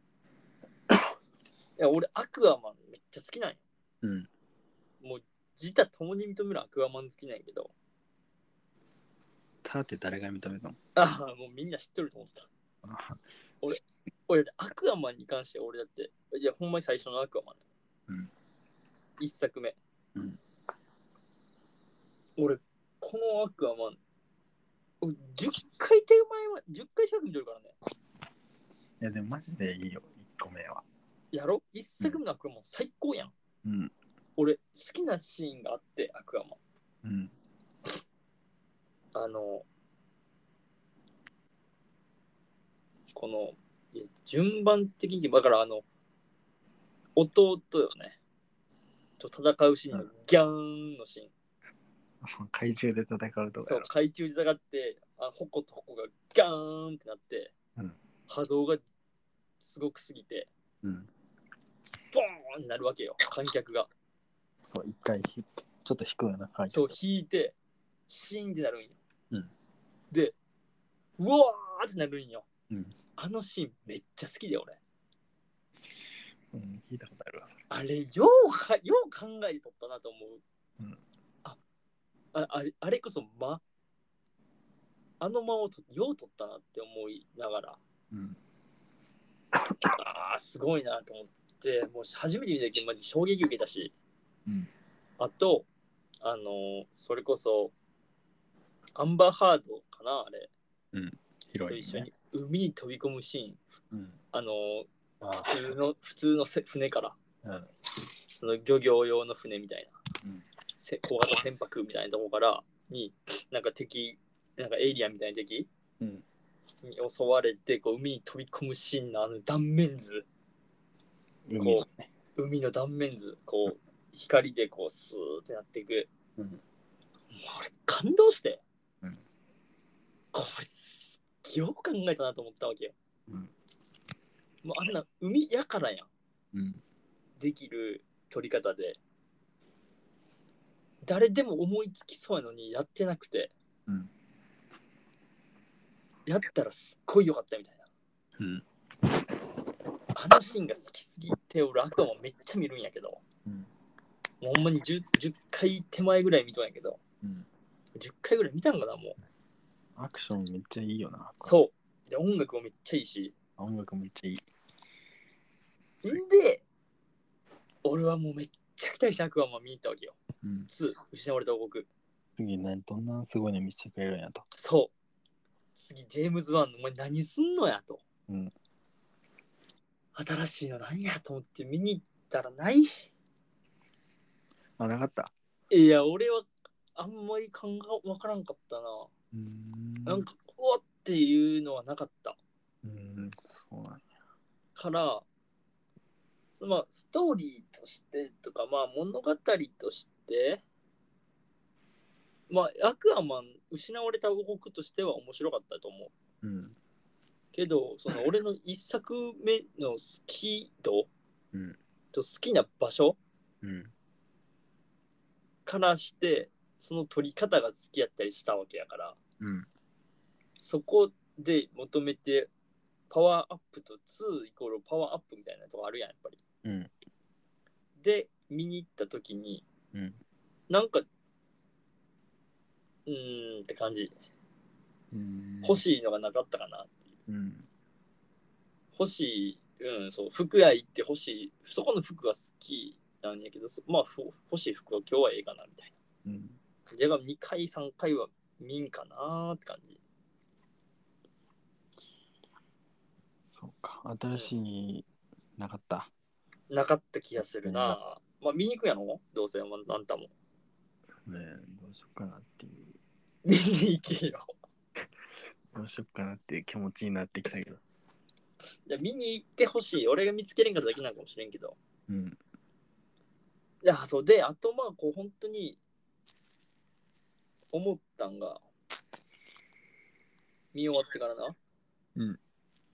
いや、俺、アクアマンめっちゃ好きなんや。 うん。 もう、自他共に認めるアクアマン好きなんやけど。 たって誰が認めたの？ ああ、もうみんな知ってると思ってた。 あ俺、俺、アクアマンに関しては俺だって、いや、ほんまに最初のアクアマン。 うん。 いっさくめ。 うん。 俺、このアクアマン、じゅっかい手前は、じゅっかい近く見てるからね。 いや、でもマジでいいよ、いっこめは。 やろ ?いっ 作目のアクアマン最高やん。 うん。 俺、好きなシーンがあって、アクアマン。 うん。 あの、この、いや順番的に、だからあの、弟よね。と戦うシーンのギャーンのシーン。 怪獣で戦うとかそう、海中で戦って、あ矛と矛がギャーンってなって、 うん、 波動がすごくすぎて、 うん、 ボーンってなるわけよ、観客が。 そう、一回ひちょっと引くよな、観客。 そう、引いて、シーンってなるんよ。 うん、 で、うわーってなるんよ。 うん、 あのシーンめっちゃ好きで、俺。 うん、聞いたことあるわ、それ。 あれ、ようか、よう考えとったなと思う。 うん。 あ、ああれあれこそ間、あの間をとよう取ったなって思いながら、 うん。 ああ、すごいなと思って、もう初めて見た時マジ衝撃受けたし、 うん。 あと、あの、それこそ、アンバーハードかな、あれ、 うん。ヒロイン、ね、 と一緒に海に飛び込むシーン、 うん。 あの、 あ普通の、普通のせ船から、 あ。うん。 その漁業用の船みたいな、 うん。 せ小型船舶みたいなところからに、なんか敵、なんかエイリアンみたいな敵うん。 に襲われて、こう海に飛び込むシーンのあの断面図、 海のね。 海の断面図、こう、光でこう、スーってなっていく。 うん。 もう俺、感動して、 うん。 これ、すよく考えたなと思ったわけよ。 うん。 もうあんな海やからやん。 うん。 できる撮り方で。誰でも思いつきそうやのにやってなくて、 うん。 やったらすっごい良かったみたいな。 うん。 あのシーンが好きすぎて、俺、アクアもめっちゃ見るんやけど、 うん。 もうほんまに 10, 10回手前ぐらい見とんやけど、 うん。 じゅっかいぐらい見たんかな、もう。 アクションめっちゃいいよな。 そう。で、音楽もめっちゃいいし。 音楽めっちゃいい。 んで、俺はもうめっちゃ期待してアクアマン見に行ったわけよ。 うん。 に、失われた王国。 次、なんどんなすごいの見せてくれるんやと。 そう。次、ジェームズ・ワンのお前何すんのやと。 うん。 新しいの何やと思って見に行ったらない。 あ、なかった。 いや、俺はあんまり考えわからんかったな。 うーん。 なんか、うわっていうのはなかった。 うーん、そうなんや。 から、まあ、ストーリーとしてとか、まあ、物語として、まあ、アクアマン、失われた王国としては面白かったと思う。 うん。 けど、その俺の一作目の好き度うん。 と好きな場所うん。 からして、その撮り方が好きやったりしたわけやから、 うん。 そこで求めて、パワーアップとにイコールパワーアップみたいなとこあるやん、やっぱり。 うん。 で、見に行った時に、 うん。 なんか、うーんって感じ。 うん。 欲しいのがなかったかなっていう。 うん。 欲しい、うん、そう、服屋行って欲しい、そこの服が好きなんやけど、まあ、欲しい服は今日はええかなみたいな。 うん。 じゃがにかい、さんかいは見んかなって感じ。 そうか。新しい、なかった。 なかった気がするな。まあ、見に行くやろどうせ、あんたも。 ねえ、どうしよっかなっていう。 見に行けよ。 どうしよっかなっていう気持ちになってきたけど。 いや見に行ってほしい。俺が見つけれんかっただけなのかもしれんけど。 うん。 いや、そうで、あとまあ、こう、本当に思ったんが、見終わってからな。 うん。 に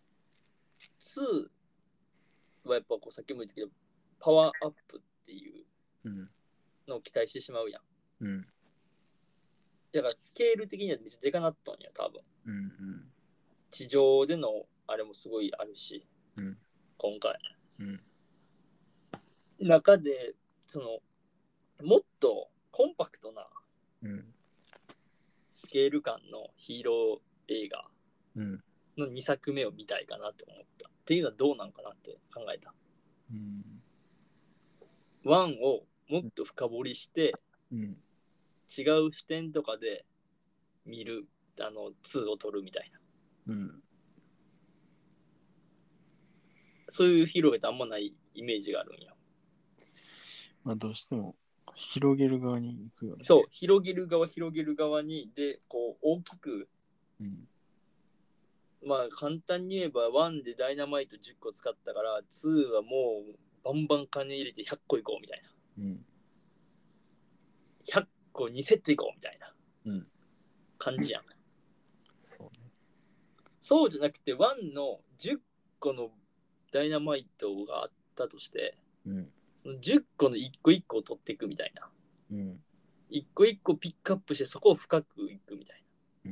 はやっぱこう、さっきも言ったけど、パワーアップっていううん。 のを期待してしまうやん。 うん。 だからスケール的にはめっちゃでかなったんや、多分。 うん。うん。 地上でのあれもすごいあるし、 うん。 今回。 うん。 中で、その、もっとコンパクトなうん。 スケール感のヒーロー映画うん。 のにさくめを見たいかなって思った。っていうのはどうなんかなって考えた。 うん。 ワンをもっと深掘りして、 うん。 違う視点とかで見る、あの、ツーを撮るみたいな。 うん。 そういう広げてあんまないイメージがあるんや。 まあ、どうしても広げる側に行くよね。 そう、広げる側、広げる側に、で、こう、大きく、 うん。 まあ、簡単に言えば、ワンでダイナマイトじゅっこ使ったから、ツーはもう、バンバン金入れてひゃっこいこうみたいな。 うん。 ひゃっこにセットいこうみたいなうん。 感じやん。 そうね。 そうじゃなくて、ワンのじゅっこのダイナマイトがあったとして、 うん。 そのじゅっこのいっこいっこを取っていくみたいな。 うん。 いっこいっこピックアップして、そこを深くいくみたいな。 うん。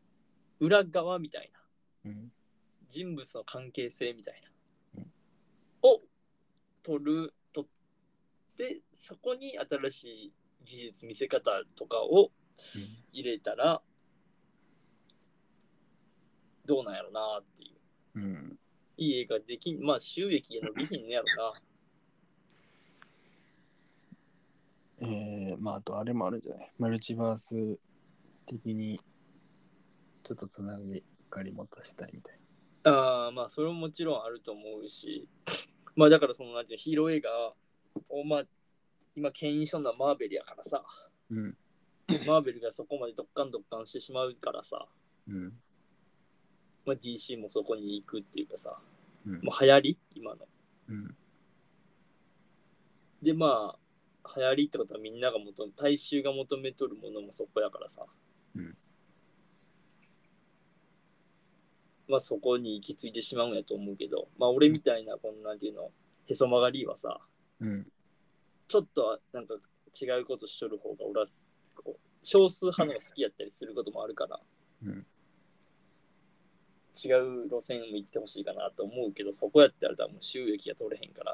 裏側みたいな。 うん。 人物の関係性みたいな。 うんを取る、取って、そこに新しい技術、見せ方とかを入れたら、どうなんやろなっていう。 うん。 いい映画できん、まあ収益伸びひんのやろな。 えー、まああとあれもあるんじゃない、マルチバース的にちょっとつなぎがり持たしたいみたいああ、まあそれももちろんあると思うし、まあだからそのなんていうヒーロー映画をまあ今牽引しとんのはマーベルやからさ、 な。うん。 マーベルがそこまでドッカンドッカンしてしまうからさ、 うん。 まあ、ディーシー もそこに行くっていうかさ、 うん。 もう流行り今の。 うん。 でまあ流行りってことはみんなが求め大衆が求めとるものもそこやからさ、 うん。 まあそこに行き着いてしまうんやと思うけど、まあ俺みたいなこんなんていうのへそ曲がりはさ、 うん。 ちょっとなんか違うことしとる方が俺はこう少数派のが好きやったりすることもあるから、 うん。 違う路線を行ってほしいかなと思うけど、そこやったら多分収益が取れへんから、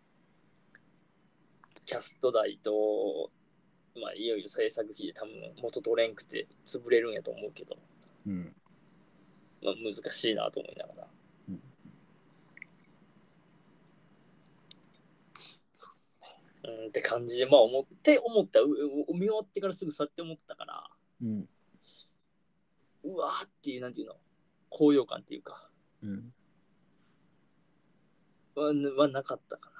キャスト代と、まあ、いよいよ制作費で多分元取れんくて潰れるんやと思うけど、 うん。 まあ、難しいなと思いながら。 うん。そうっすね。 うんって感じで、まあ思って思った、うう見終わってからすぐさって思ったから、 うん。 うわーっていう、なんていうの、高揚感っていうか、 うん。 ははなかったか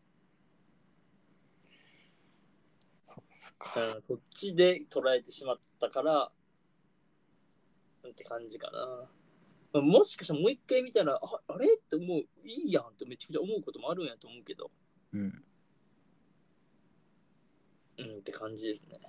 そうっすか。 な。うん、そっちで捉えてしまったから、なんて感じかな。まあもしかしたらもう一回見たら、ああれって思う、いいやんってめちゃくちゃ思うこともあるんやと思うけど、 うん。 うんって感じですね。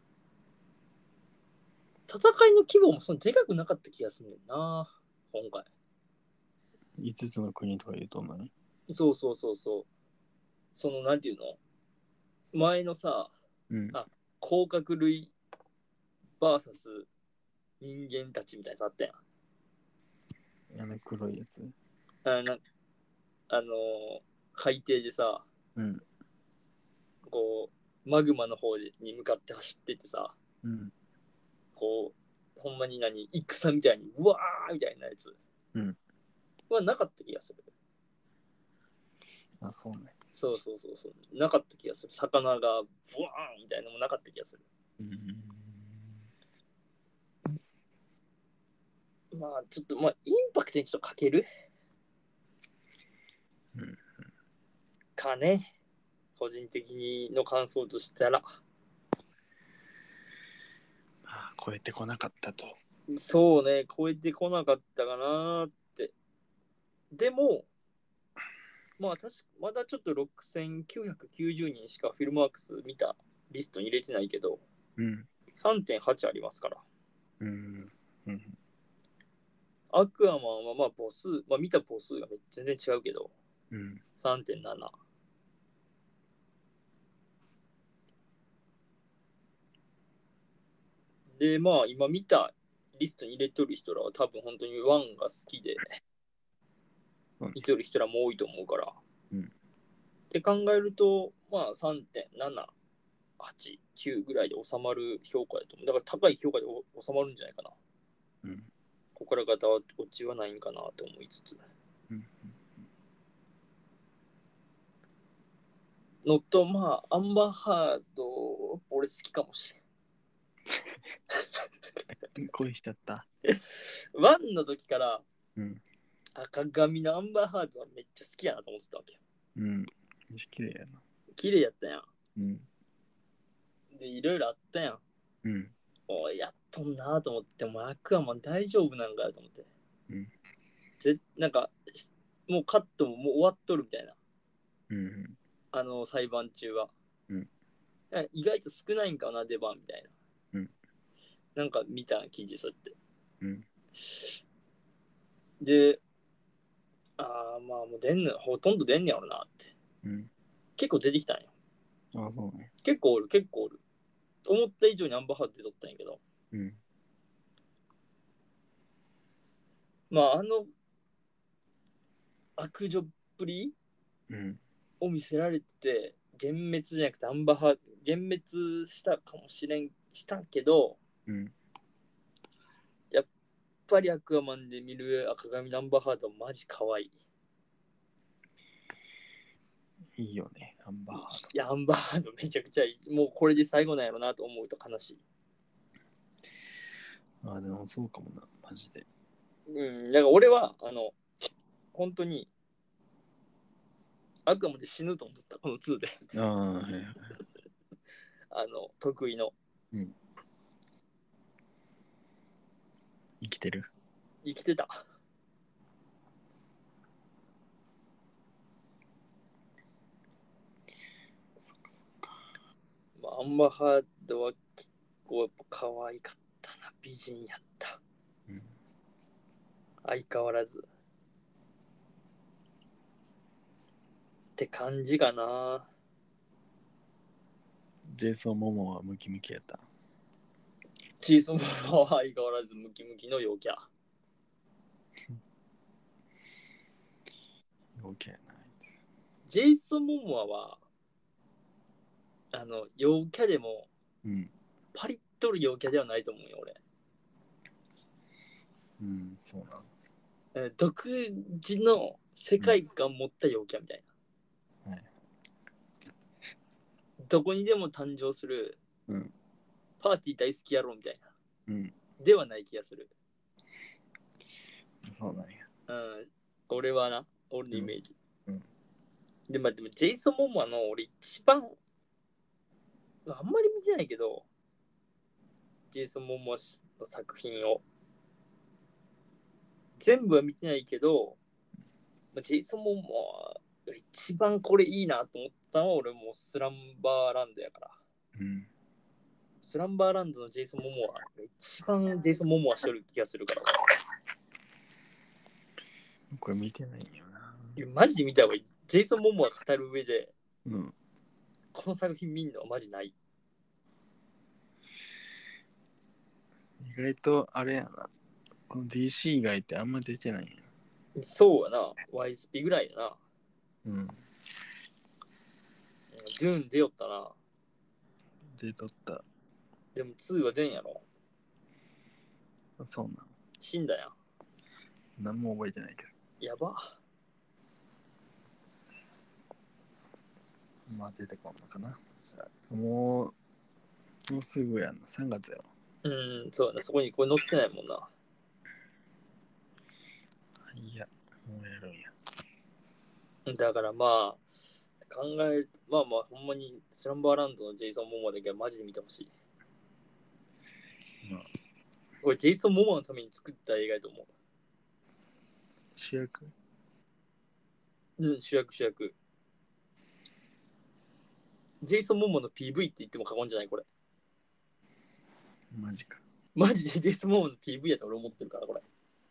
戦いの規模もそんなでかくなかった気がするんだよな、今回。 いつつの国とか言うとんのに。 そうそうそうそう。その、なんていうの前のさ、 うん。 あ、甲殻類 ブイエス 人間たちみたいなやつあったやん。 あの黒いやつ。 あなあのー海底でさ、 うん。 こう、マグマの方に向かって走っててさ、 うん。 こう、ほんまに何、戦みたいに、うわーみたいなやつうん。 はなかった気がする。 あ、そうね。 そうそうそうそう。なかった気がする。魚がブワーンみたいなのもなかった気がする。 うん。 まあ、ちょっと、まあ、インパクトにちょっとかけるうん。 かね。個人的にの感想としたら。 あ、超えてこなかったと。 そうね、超えてこなかったかなって。でも、まあ、確かまだちょっとろくせんきゅうひゃくきゅうじゅうにんしかフィルムワークス見たリストに入れてないけど、 うん。 さんてんはちありますから。 うん。うん。 アクアマンはまあ母数、まあ見た母数が全然違うけど、 うん。 さんてんなな。で、まあ今見たリストに入れとる人らは多分本当にワンが好きで見とる人らも多いと思うから。 うん。 って考えると、まあ さんてんなな、はち、きゅうぐらいで収まる評価だと思う。だから高い評価で収まるんじゃないかな。 うん。 ここからガタ落ちはないんかなと思いつつ。 うん。 のと、まあ、アンバーハード、俺好きかもし恋しちゃった。 れん。ワンの時から、 うん。 赤髪のアンバーハードはめっちゃ好きやなと思ってたわけよ。 うん。綺麗やな。 綺麗やったやん。 うん。 で、いろいろあったやん。 うん。 おい、やっとんなと思って、もうアクアマン大丈夫なんかと思って。 うん。 ぜなんか、もうカットももう終わっとるみたいな。 うん。 あの、裁判中は。 うん。 意外と少ないんかな、出番みたいな。 うん。 なんか見た記事そうやって。 うん。 で、ああ、まあもう出んの、ほとんど出んねやろなって。 うん。 結構出てきたんよ。 あ、そうね。 結構おる、結構おる。思った以上にアンバーハードで撮ったんやけど。 うん。 まああの悪女っぷりうん。 を見せられて、幻滅じゃなくてアンバーハード、幻滅したかもしれん、したけど、 うん。 やっぱりアクアマンで見る赤髪のアンバーハードマジ可愛い。 いいよね、アンバーハード。 いや、アンバーハードめちゃくちゃいい。もうこれで最後なんやろなと思うと悲しい。 ああ、でもそうかもな、マジで。 うん、だから俺は、あの、本当に、アクアマンで死ぬと思った、このツーで。 ああ、はいはい。 あの、得意の。 うん。生きてる。 生きてた。 そっかそっか。 まあ、アンバーハードは結構やっぱ可愛かったな。美人やった。 うん。 相変わらず。って感じかな。 ジェイソン・モモはムキムキやった。 チーズも相変わらずムキムキの陽キャ。 陽キャやな、あいつ。 ジェイソン・モモアは、あの、陽キャでも、 うん。 パリッとる陽キャではないと思うよ、俺。 うん、そうなの。 え独自の世界観持った陽キャみたいな。 はい。 どこにでも誕生する、 うん。 パーティー大好き野郎みたいな。 うん。 ではない気がする。 そうなんや。 うん。俺はな、俺のイメージ。 うんうんで、まあでも、ジェイソン・モモアの俺一番、あんまり見てないけど、ジェイソン・モモアの作品を。全部は見てないけど、まあ、ジェイソン・モモアが一番これいいなと思ったのは俺もスランバーランドやから。 うん。 スランバーランドのジェイソン・モモアが一番ジェイソン・モモアしてる気がするから。 これ見てないんよな。 いやマジで見た方がいい。ジェイソン・モモア語る上で、 うん。 この作品見んのはマジない。 意外とあれやな。この ディーシー 以外ってあんま出てないんや。 そうやな。ワイスピぐらいやな。 うん。 ドゥーン出よったな。 出とった。 でもツーは出んやろ。 そうなの。 死んだやん。 何も覚えてないけど。 やば。 まあ出てこんのかな。もう、もうすぐやんな。さんがつやろ。 うん、そうやな。そこにこれ載ってないもんな。 いや、もうやるんや。 だからまあ、考えると、まあまあ、ほんまにスランバーランドのジェイソン・モモアだけはマジで見てほしい。 まあ、 これジェイソン・モモアのために作った映画やと思う。 主役うん、主役主役。ジェイソン・モモアの ピーブイ って言っても過言じゃないこれ。 マジか。 マジでジェイソン・モモアの ピーブイ やと俺思ってるから、これ。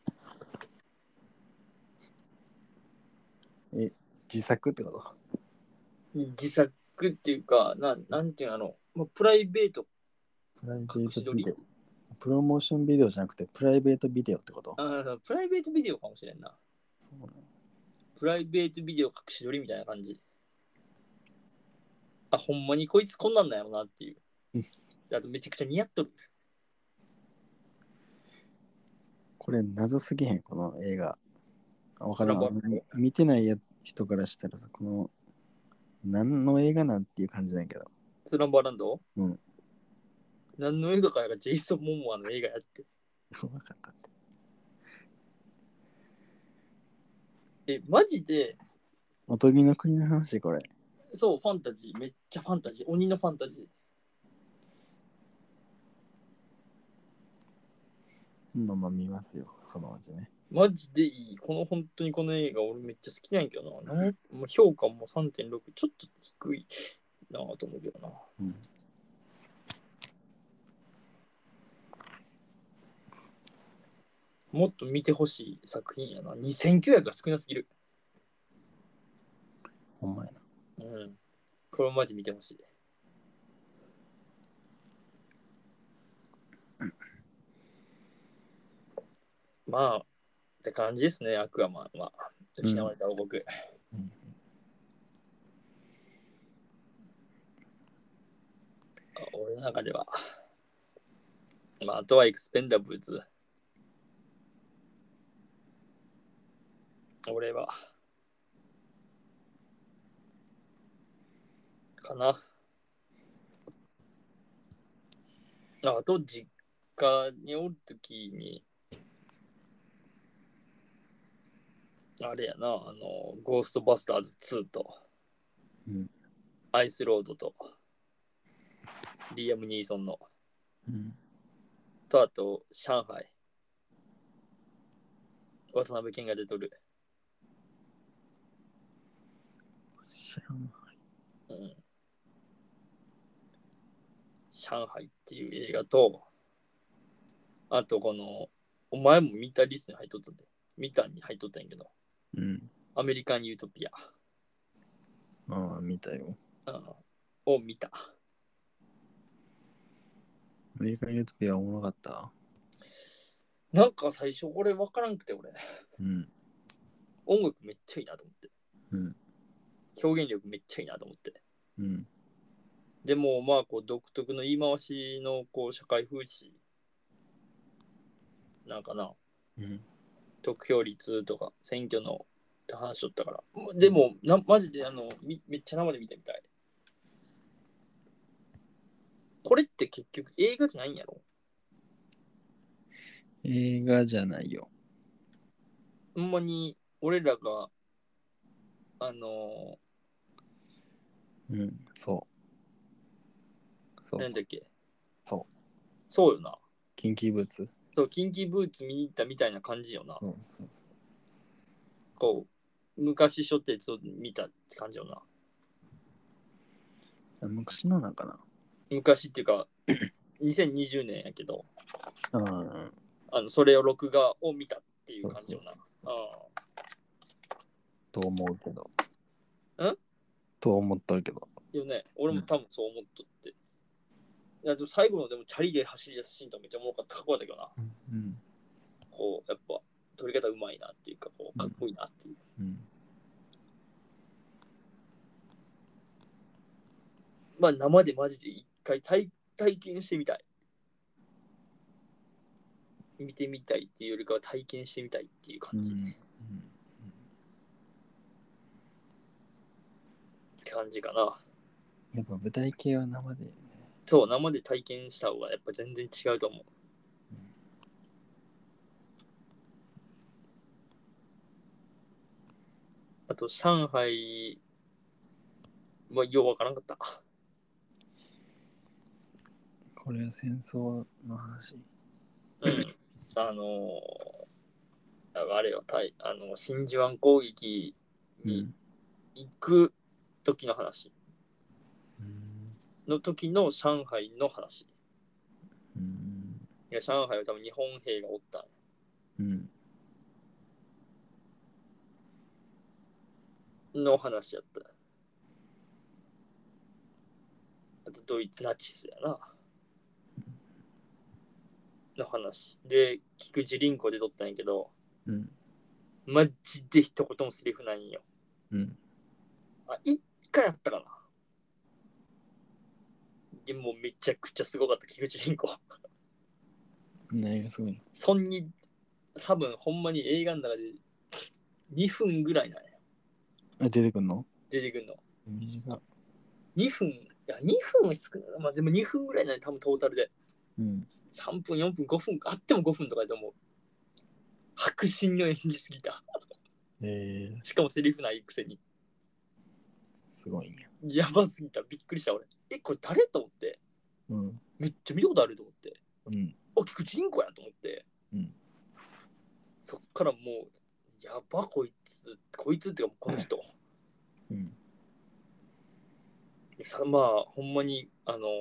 え、自作ってこと？ 自作っていうか、ななんていうの、あの、まあ、プライベートプライベー隠し撮りトビデオ。プロモーションビデオじゃなくて、プライベートビデオってこと？ あプライベートビデオかもしれんな。 そうなの。 プライベートビデオ隠し撮りみたいな感じ。あ、ほんまにこいつこんなんだよなっていう。あとめちゃくちゃ似合っとる。 これ謎すぎへん、この映画。わからん。 スランバー見てないや人からしたらさ、この、何の映画なんていう感じなんやけど。 スランバーランドうん。 何の映画かやらジェイソン・モモアの映画やって。 分かったって。 え、マジで、 おとぎの国の話、これ。 そう、ファンタジー、めっちゃファンタジー、鬼のファンタジー。 まあまあ見ますよ、そのうちね。 マジでいい。この本当にこの映画俺めっちゃ好きなんやけどな。なんもう評価もさんてんろく、ちょっと低いなと思うけどな。 うん。 もっと見てほしい作品やな。にせんきゅうひゃくが少なすぎる。 ほんまやな。 うん。これマジ見てほしい。まあ、って感じですね、アクアマンは。失われた王国。 うん。 俺の中では。まあ、あとはエクスペンダブルズ。俺は。かな。あと、実家におるときに、あれやな、あの、ゴーストバスターズツーと、 うん。 アイスロードと、リアム・ニーソンの、 うん。 と、あと、上海、渡辺謙が出とる。 上海。 うん。上海っていう映画と、あとこの、お前も見たリストに入っとったんで、見たに入っとったんやけど、 うん。 アメリカン・ユートピア、 ああ、見たよ。 うん、を見た。 アメリカンユートピアおもろかった。 なんか最初これ分からんくて俺、 うん。 音楽めっちゃいいなと思って、 うん。 表現力めっちゃいいなと思って。 うん。 でもまあこう独特の言い回しのこう社会風刺なんかな、 うん。 得票率とか選挙のって話しとったから。でもなマジであのみめっちゃ生で見てみたい。これって結局映画じゃないんやろ。 映画じゃないよ。 ほんまに俺らがあのうん。そう。そうそう。 なんだっけ、 そう。 そうよな。 キンキーブーツ。 そうキンキーブーツ見に行ったみたいな感じよな。 そうそうこう昔初鉄を見たって感じよな。 そう。昔のなんかな。 昔っていうかにせんにじゅうねんやけど、 うん。 あのそれを録画を見たっていう感じよな。 そうそうと思うけど。 んと思っとるけど。 よね、俺も多分そう思っとって。いやでも最後のでもチャリで走り出すシーンとめっちゃおもろかった。かっこよかったけどな。 うん。 こう、やっぱ撮り方うまいなっていうか、こうかっこいいなっていう。 うん。 まあ生でマジで一回体体験してみたい。見てみたいっていうよりかは体験してみたいっていう感じ。 うん。 って感じかな。 やっぱ舞台系は生でね。 そう、生で体験した方がやっぱ全然違うと思う。あと、上海はようわからんかった。 これは戦争の話。 うん。あのー、あれよ、あの真珠湾攻撃に行く時の話。の時の上海の話。 うん。 いや、上海は多分日本兵がおったんや。 うん。 の話やった。あとドイツナチスやな。の話。で、菊池凛子で撮ったんやけど、 うん。 マジで一言もセリフないんよ。 うん。 あ、一回やったかな。でもめちゃくちゃすごかった、菊池凛子。 何がすごいの？ そんに、多分ほんまに映画の中でにふんぐらいなんや。 あ、出てくんの？ 出てくんの。 短っ。 にふん、いや、にふん少ない。まあでもにふんぐらいなんや、多分トータルで。 うん。 さんぷん、よんぷん、ごふん、あってもごふんとかやと思う。迫真の演技すぎた。 えー、 しかもセリフないくせに。 すごいんや。 やばすぎた。びっくりした俺。え、これ誰と思って。 うん。 めっちゃ見たことあると思って。 うん。 あ、菊池凛子やと思って。 うん。 そっからもう、やばこいつ、こいつっていうかこの人。 うん。 さまあ、ほんまに、あの、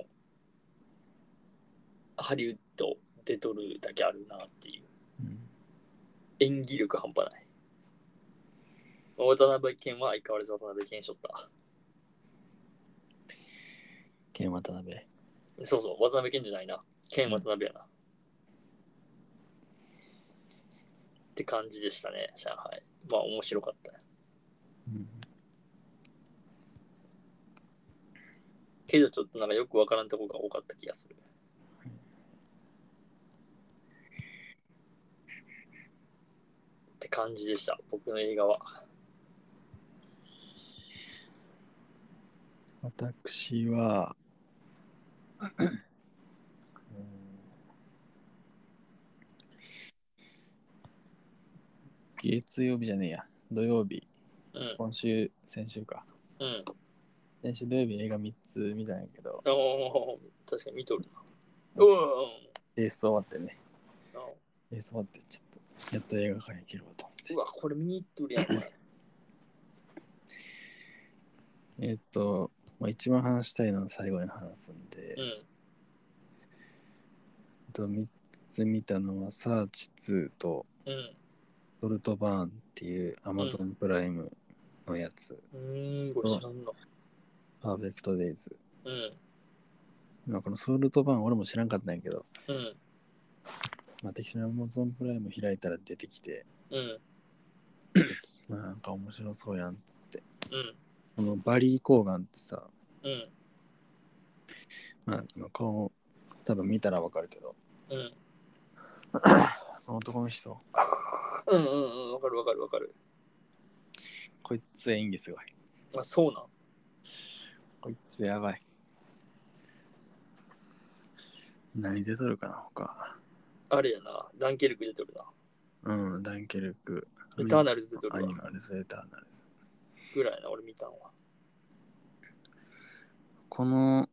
ハリウッド出とるだけあるなっていう。 うん。 演技力半端ない。渡辺謙は相変わらず渡辺謙しょった。 剣渡辺。 そうそう、渡辺謙じゃないな。謙渡辺やな。って感じでしたね、上海。まあ、面白かった。 うん。 けどちょっとなんかよくわからんとこが多かった気がする。って感じでした、僕の映画は。 私は、うん月曜日じゃねえや、土曜日、 うん。 今週、先週か。 うん。 先週土曜日映画みっつ見たんやけど、 おー、確かに見とるな。 まあうわレース終わってね、 ーレース終わってちょっと、やっと映画館に行けるわと思ってう。わ、これ見に行っとるやん、お前。 えっと、まあ、一番話したいのは最後に話すんで、 うん。 えっと、みっつ見たのは、サーチツーと、 うん。 ソルトバーンっていう Amazon プライムのやつ、 うーん、これ知らんな。 パーフェクトデイズ。 うん。 まあ、このソルトバーン俺も知らんかったんやけど、 うん。 まあ、適当に Amazon プライム開いたら出てきて、 うん。 まあ、なんか面白そうやんっつって。 うん。 このバリー・コーガンってさ、 うん。 まあ、まあ顔、多分見たらわかるけど、 うん。 この男の人、 うんうんうん、わかるわかるわかる。 こいつ演技すごい。 あ、そうなん。 こいつやばい。何出とるかな、他。 あれやな、ダンケルク出とるな。 うん、ダンケルク。 エターナルズ出とるわアニマルズ、エターナルズ。 ぐらいな、俺見たんは。 この、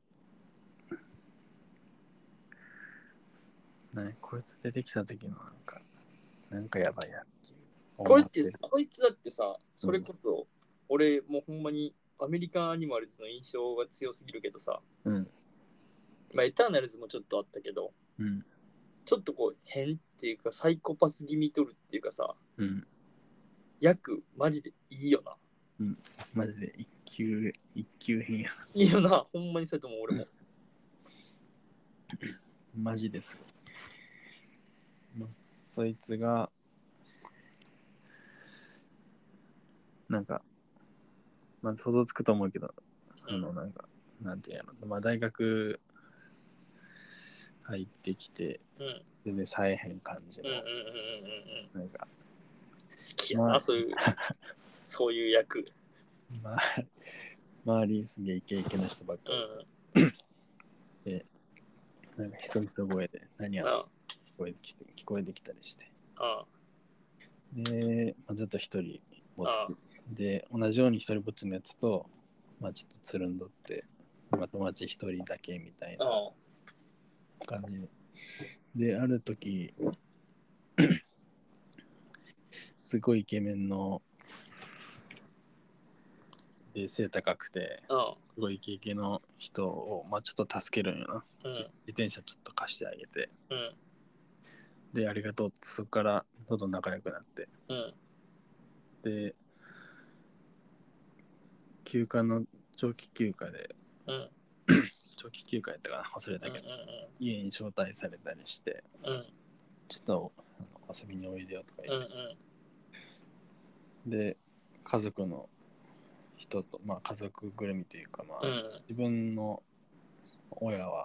ね、こいつ出てきた時のなんか、なんかやばいなっていう。 こいつ思る、 こいつだってさ、それこそ、俺もうほんまにアメリカンアニマルズの印象が強すぎるけどさ、 うん。 まあ、エターナルズもちょっとあったけど、 うん。 ちょっとこう変っていうかサイコパス気味とるっていうかさ、 うん。 役マジでいいよな。 うん。マジで一級、一級編や。 いいよな、ほんまにそうやと思う俺も。 マジですごい。まあそいつが、なんか、まあ想像つくと思うけど、あの、なんか、なんていうの、まあ大学入ってきて、 うん。 全然さえへん感じの、 うんうんうんうんうん。 なんか、 好きやな、 まあそういう、そういう役。 まあ、周りすげえイケイケな人ばっかうん。 りで、なんかひそひそ声で何やあ聞こえてきて聞こえてきたりして。 あで、まあ、ずっと一人ぼっあち。で、同じように一人ぼっちのやつと、まあちょっとつるんどって、まあ、友達一人だけみたいなああ感じで。で、ある時、すごいイケメンの、で背高くて、 あすごいイケイケの人を、まあ、ちょっと助けるんよな。 うん自転車ちょっと貸してあげて。 うんで、ありがとうって、そこからどんどん仲良くなって。 うんで、休暇の、長期休暇で、 うん長期休暇やったかな忘れうんうんたけど、家に招待されたりして、 うんうんちょっとあの遊びにおいでよとかうんう言って、 んで、家族の人と、まあ家族ぐるみというか、まあ、 うん自分の親は、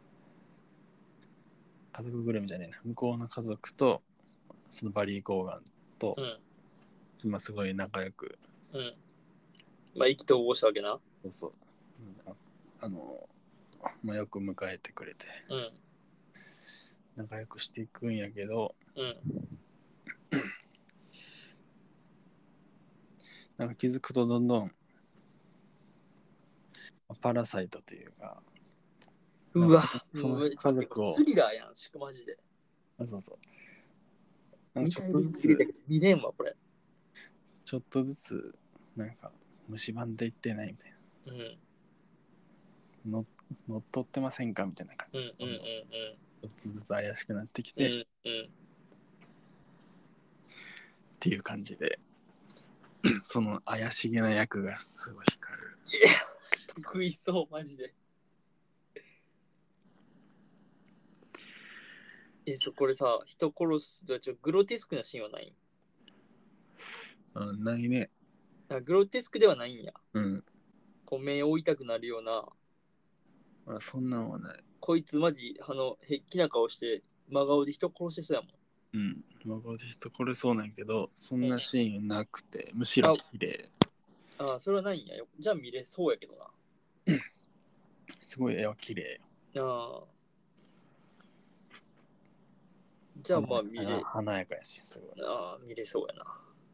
家族ぐるみじゃねえな、向こうの家族と、そのバリー・コーガンと、 うんまあすごい仲良く、 うんまあ意気投合したわけな。 そうそう、うんああの、まあよく迎えてくれて、 うん仲良くしていくんやけど、 うんなんか気づくとどんどんパラサイトというか、 うわそのもう家族をスリラーやん、しかマジで。 あそうそうなん見かちょたいですっとずつぎるだけど見れんわこれ。 ちょっとずつなんか蝕んでいってないみたいうんなの乗っ取ってませんかみたいな感じで、 うんうんうんちょっとずつ怪しくなってきて、っうんうんうんていう感じでその怪しげな役がすごい光る。 いや得意そうマジで。えそこれさ、人殺すとちょグロテスクなシーンはない？ うんないね。 あグロテスクではないんや。 うんこう目を追いたくなるような。 まあ、そんなんはない。 こいつマジ、あの、へっきな顔して、真顔で人殺してそうやもん。 うん。まあ、こう人これそうなんやけど、そんなシーンなくて、むしろ綺麗。 ああ、それはないんやよ。じゃあ見れそうやけどな。 すごい絵は綺麗ああ。じゃあまあ見れ、 華やかやし、すごい。 ああ、見れそうやな。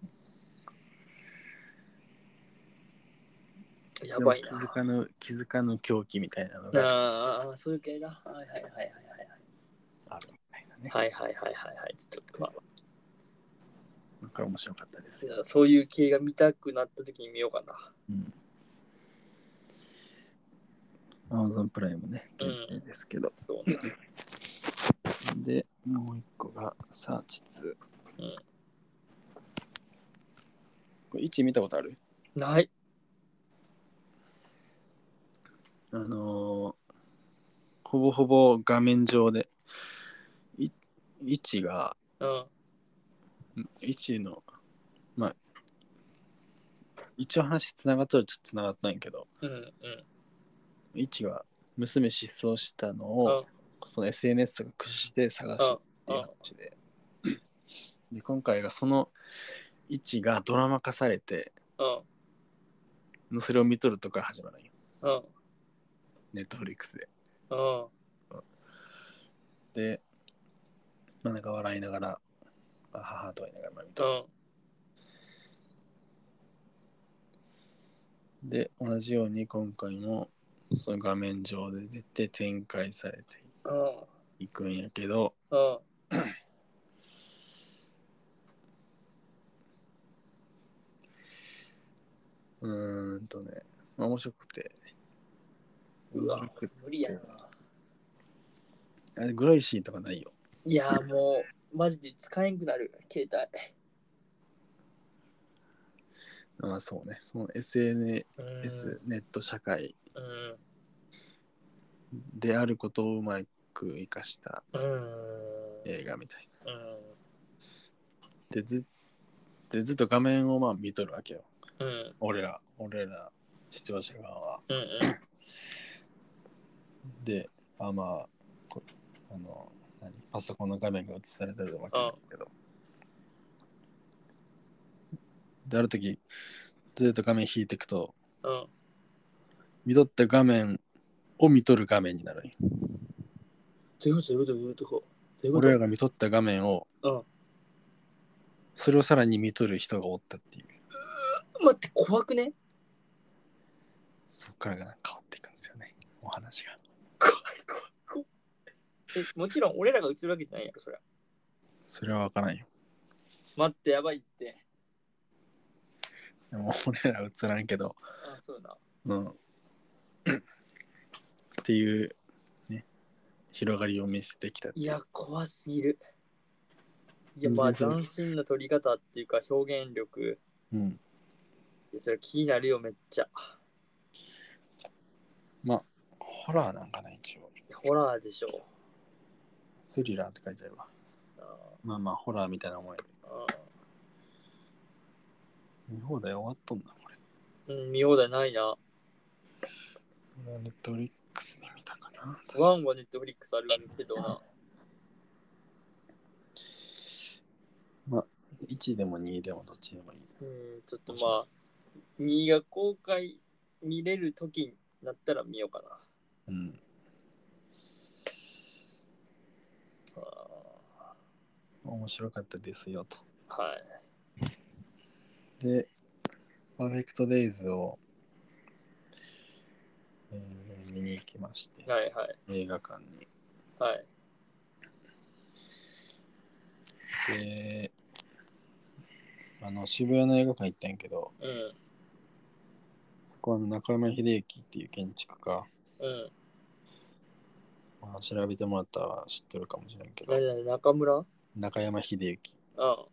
やばいな。 気づかぬ、気づかぬ狂気みたいなのがああ、そういう系だ。はいはいはいはいはい。 あるみたいなね。 はいはいはいはいはい。ちょっとまあ、 なんか面白かったですよ。 そういう系が見たくなった時に見ようかな。 うん。Amazon プライムね、限定ですけど。 うん、そうね。 で、もう一個がサーチツー。 うん。 これいち見たことある？ ない。 あのー、ほぼほぼ画面上で、い位置が、 うん。 位置の、まあ、一応話つながっとるとつながったんやけど、 うんうん位置は娘失踪したのを、 うんその エスエヌエス とか駆使して探しっていう話で、で今回がその位置がドラマ化されて、 うんそれを見とるとこから始まるんよ。 うんネットフリックスで。 うんで、まあなんか笑いながら、あははとは言いながら見とる。 うんで、同じように今回もその画面上で出て展開されていくんやけど、 うんうーんとね、まあ、面白くて、 うわ面白くて無理やな。 あれグロいシーンとかないよ。 いやもうマジで使えんくなる携帯。 まあそうね、その エスエヌエス ネット社会うんであることをうまく生かしたうん映画みたいな。 うんで、ずでずっと画面をまあ見とるわけよ。 うん俺ら、俺ら視聴者側は。 うんうんで、あまあ、こあの何パソコンの画面が映されてるわけだけど。で、ある時、ずっと画面引いていくと、 うん見とった画面を見とる画面になるんよ。 どういうことどういうことどういうこと俺らが見とった画面を、 うん、 それをさらに見とる人がおったっていう。 待って怖くね？ そっからが変わっていくんですよね、お話が。 怖い怖い怖い。え、もちろん俺らが映るわけじゃないやろ、そりゃ。 それは分からんよ。 待って、やばいって。 でも俺ら映らんけど、 あ、そうな。 うん。っていう、ね、広がりを見せてきたっていう。 いや、怖すぎる。いや、 全然まあ、 それ斬新な撮り方っていうか、表現力。 うん。 いやそれ気になるよ、めっちゃ。 まあ、ホラーなんかな、一応。 ホラーでしょ。 スリラーって書いてあるわ。 あまあまあ、ホラーみたいな思いで。 あ見放題終わっとんな、これ。 うん、見放題ないな。 ネットフリックスで見たかな。 ワンはネットフリックスあるけどな。 まあ、いちでもにでもどっちでもいいでうす。 ん、ちょっとまあ、にが公開見れるときになったら見ようかな。 うん。 あ面白かったですよと。 はい。 で、パーフェクトデイズを、えー見に行きまして、 はいはい。 映画館に。 はい。 で、あの渋谷の映画館行ったんやけど、 うん。 そこは中山秀幸っていう建築家、 うん。 まあ、調べてもらったら知ってるかもしれんけど、 何々中村中山秀幸あ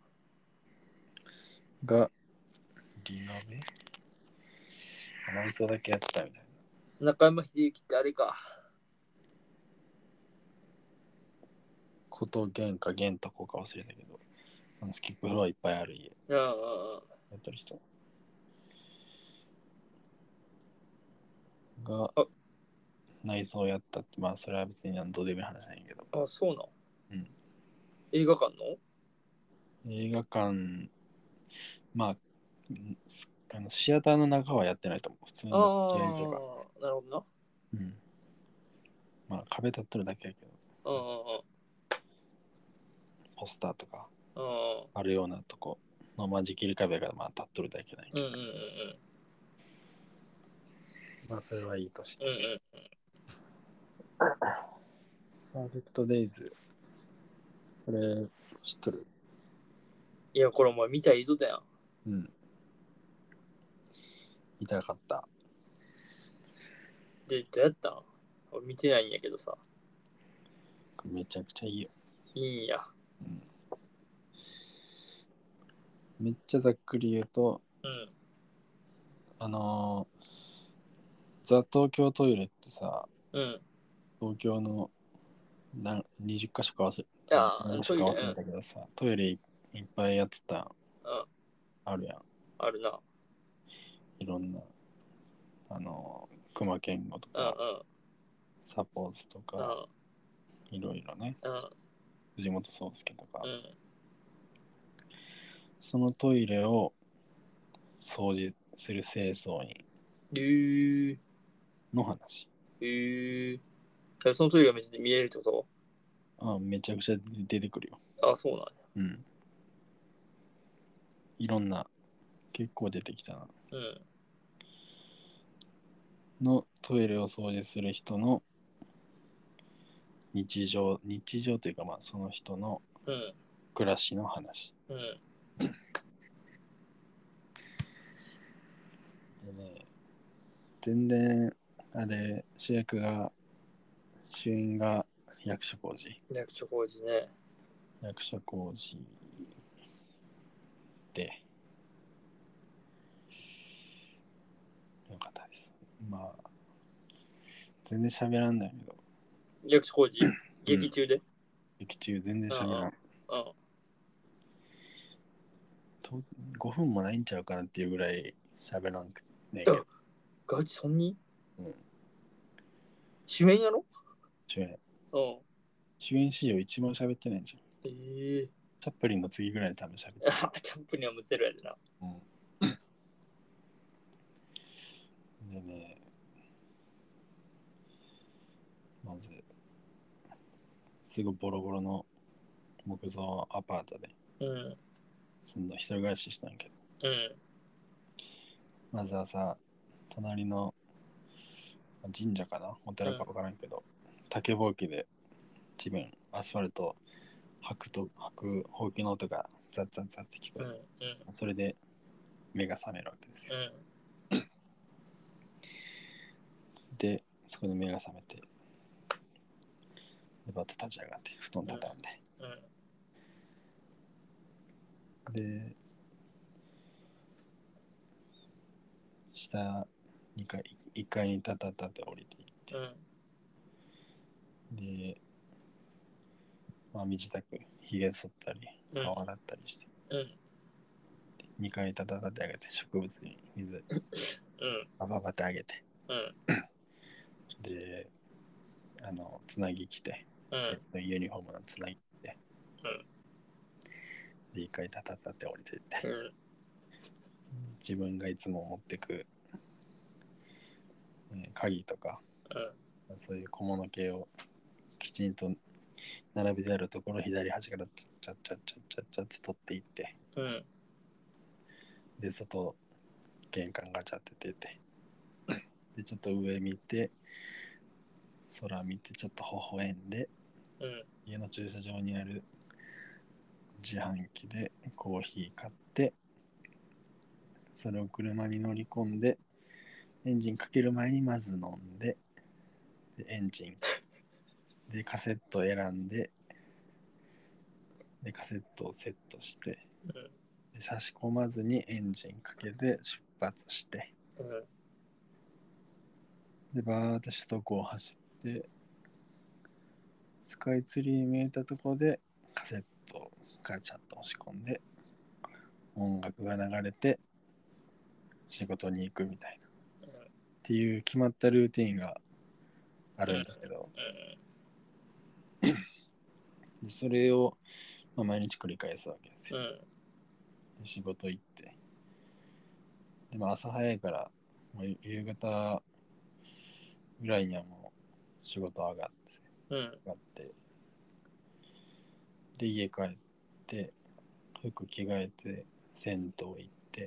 がリノベ内装だけやったみたいな。 中山秀幸ってあれか。 こと源か源とこか忘れたけど、あのスキップフロアいっぱいある家うんうんうん。 やってる人が、 内装やったって、まあそれは別にどうでもいい話なんやけど。 あ、そうなん。 うん。 映画館の映画館、まあ、あのシアターの中はやってないと思う。普通にあ試合とか。 あ、なるほどな。 うん。まあ壁立っとるだけやけど、 うんうんポスターとかうん。うんあるようなとこの間仕切り壁がまあ立っとるだけなんやけど。 うんうんうんまあそれはいいとして。 うんうんうん。 パーフェクトデイズ。これ知っとる？ いや、これお前見たらいいぞだやん。 うん。見たかった。 で、どうやったん？俺見てないんやけどさ。 めちゃくちゃいいよ。 いいんや。 うん、めっちゃざっくり言うと、 うん。 あのー、ザ・東京トイレってさ、 うん。 東京のなにじゅっかしょか忘れいやー、 何所トイレ、 か忘れたけどさ、トイレいっぱいやってたうん。うん。 あるやん。 あるな。 いろんな、あのー、熊健吾とうんうか、 ん。 サポーズとか、 うんいろいろね、 うん藤本壮介とか、 うん。 そのトイレを掃除する清掃員りゅー。 の話。 へえ。えそのトイレがめっちゃ見えるってこあ、めちゃくちゃ出てくるよ。 と？あ、そうなんや。 うん。いろんな、結構出てきたな。 うん。 のトイレを掃除する人の日常、日常というかまあその人のうん。 暮らしの話。 うん。 でね、全然、あれ、主役が、主演が役所広司。 役所広司ね。 役所広司で、よかったです。まあ、全然喋らんないけど、 役所広司うん劇中で。 劇中全然うん喋らん。 うんうん。 とごふんもないんちゃうかなっていうぐらい喋らんくねんけあど、 ガチそんにうん、 主演やろ？ 主演。 うん。 主演シーンを一番喋ってないんじゃん。 ええチャップリンの次ぐらい多分喋ってる。 あ、チャンプにはむせるやでな。 うん、でね、まず、すぐボロボロの木造アパートで、 うん。 そんな一人暮らししたんやけど、 うん。 まず朝、隣の神社かなお寺か分からんけど、竹ぼうきで自分、アスファルト履くと、履くほうきの音がザッザッザッって聞こうん。うえる。 ん。 それで目が覚めるわけですよ。 うん。 で、そこで目が覚めて、でバッと立ち上がって、布団畳んで、 うん。 で、下にかい、いっかいにタタタって降りていって、 うん。 で、まあ、身支度、ひげ剃ったり、 うん。 顔洗ったりして、 うん。 にかいタタタってあげて、植物に水、 うん。 バババってあげて、 うん。 で、あの、つなぎ着て、 うん。 セットユニフォームのつなぎ着て、で、いっかいタタタって降りていって、 うん。 自分がいつも持ってく、えー鍵とか、 うん。 そういう小物系をきちんと並べてあるところ、左端からチャッチャッチャッチャッチャッチャッって取っていって、 うん。 で、外、玄関ガチャって出て、で、ちょっと上見て、空見て、ちょっと微笑んで、 うん。 家の駐車場にある自販機でコーヒー買って、それを車に乗り込んで、エンジンかける前にまず飲んで、でエンジン、で、カセット選んで、で、カセットをセットして、で差し込まずにエンジンかけて出発して、 うん。 で、バーって首都高を走って、スカイツリー見えたところでカセットをガチャッと押し込んで、音楽が流れて仕事に行くみたいな。っていう決まったルーティンがあるんですけど、 うんでそれを、まあ、毎日繰り返すわけですよ。 うんで仕事行って、でも朝早いから、もう夕方ぐらいにはもう仕事上がって、 うん上がって、で、家帰って、服着替えて、銭湯行って、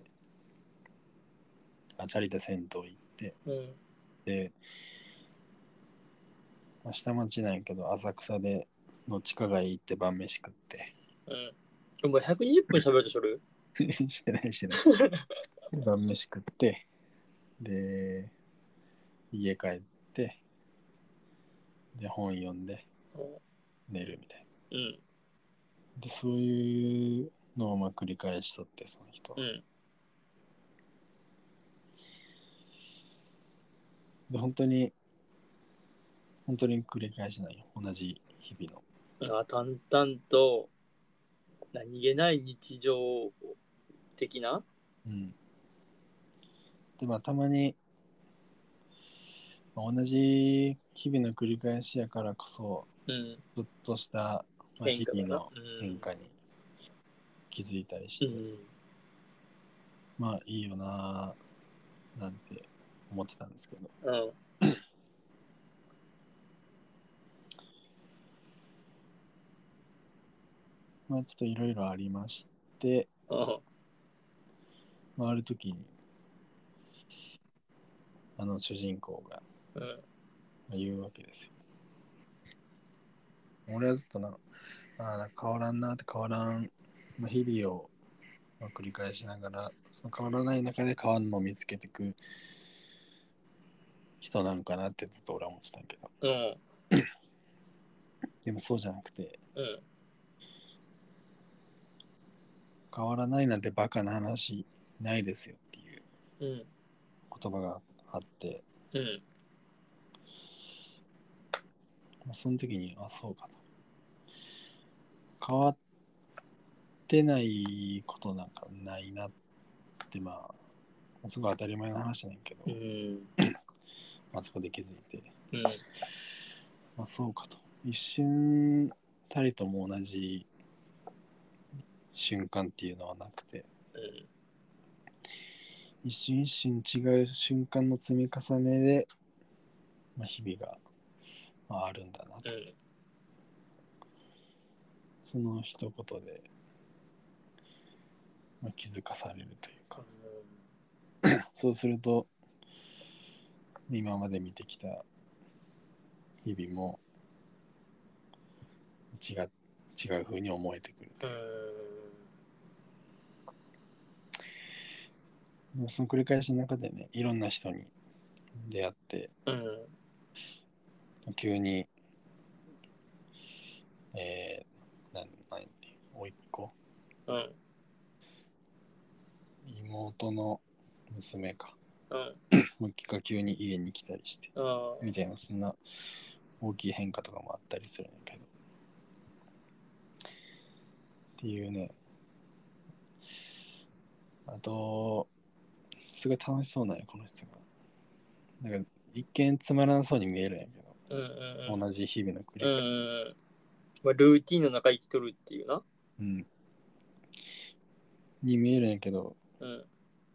あ、チャリで銭湯行って、 うんで、まあ、下町なんやけど、浅草での地下街行って晩飯食って、 うんお前ひゃくにじゅっぷん喋るとしょるしてないしてない。で、晩飯食って、で、家帰って、で、本読んで、寝るみたいな。 うんで、そういうのをまあ繰り返しとって、その人は。 うんで、本当に、本当に繰り返しないよ。同じ日々の。 あ淡々と何気ない日常的なうん。で、まあ、たまに、まあ同じ日々の繰り返しやからこそ、 うんちょっとした、まあ、日変化がな 々の変化に気づいたりして、 うんまあいいよなぁなんて思ってたんですけど、 うんまあちょっといろいろありまして、 うんまあ、ある時に、あの主人公がうん言うわけですよ。俺はずっとな、あなんか変わらんなって変わらん、まあ、日々をまあ繰り返しながら、その変わらない中で変わるのを見つけていく人なんかなってずっと俺は思ってたんやけど、 うんでもそうじゃなくて、 うん変わらないなんてバカな話ないですよっていううん言葉があって、 うんまあ、その時に、あ、そうかと。変わってないことなんかないなって、まあ、すごい当たり前の話なんやけど、 うんまあ、そこで気づいて、 うんまあ、そうかと。一瞬たりとも同じ瞬間っていうのはなくて、 うん一瞬一瞬違う瞬間の積み重ねで、まあ、日々が、まあ、あるんだなと。 うんその一言で、まあ、気づかされるというか、そうすると、今まで見てきた日々も違う違う風に思えてくるという。うん、その繰り返しの中でね、いろんな人に出会って、 うん急に、えー、なんなんやおいっ子、 うん妹の娘か、 うんが急に家に来たりして、 あみたいな、そんな大きい変化とかもあったりするんやけど。っていうね、あと、すごい楽しそうなんや、この人が。なんか、一見つまらなそうに見えるんやけうんうんど、同じ日々の繰うんうり返し。 んまあルーティンの中生きとるっていうなうん。に見えるんやけど、 うん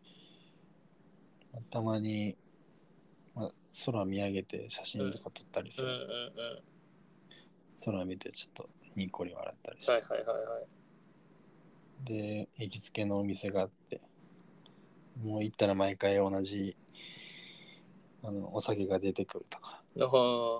たまに、まあ、空見上げて写真とか撮ったりする。 うんうんうん空見てちょっとにっこり笑ったりして。 はいはいはいはいで、行きつけのお店があって、もう行ったら毎回同じあのお酒が出てくるとか。 あは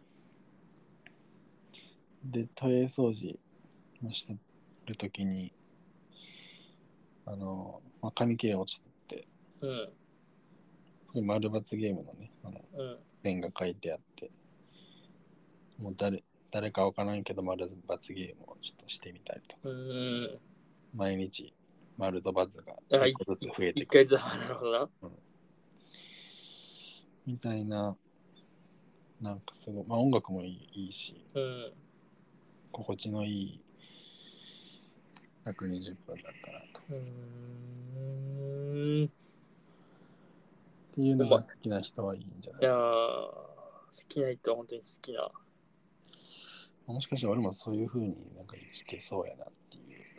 で、トイレ掃除をしてるときに、あの、まあ、紙切れ落ちてうんて、丸×ゲームのね、あのうん線が書いてあって、もう誰誰かわからんけど丸×ゲームをちょっとしてみたりとか、 うん毎日丸と×があいっこずつ増えて一くる。 回ずつなるほどなうん、みたいな、なんかすごい、まあ音楽もいいいいし、 うん心地のいいひゃくにじゅっぷんだったなと。 うーんっていうほんまのが好きな人はいいんじゃないいやか。 ーきな人は本当に好きな。 もしかして俺もそういう風になんか生きてそうやなっていう。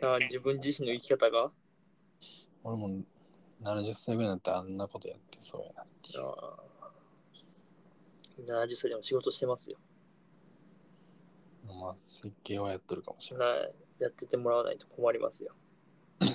あ自分自身の生き方が俺もななじゅっさいぐらいになってあんなことやってそうやなっていう。 あななじゅっさいでも仕事してますよ。 まあ設計はやっとるかもしれない。 なやっててもらわないと困りますよ。 さ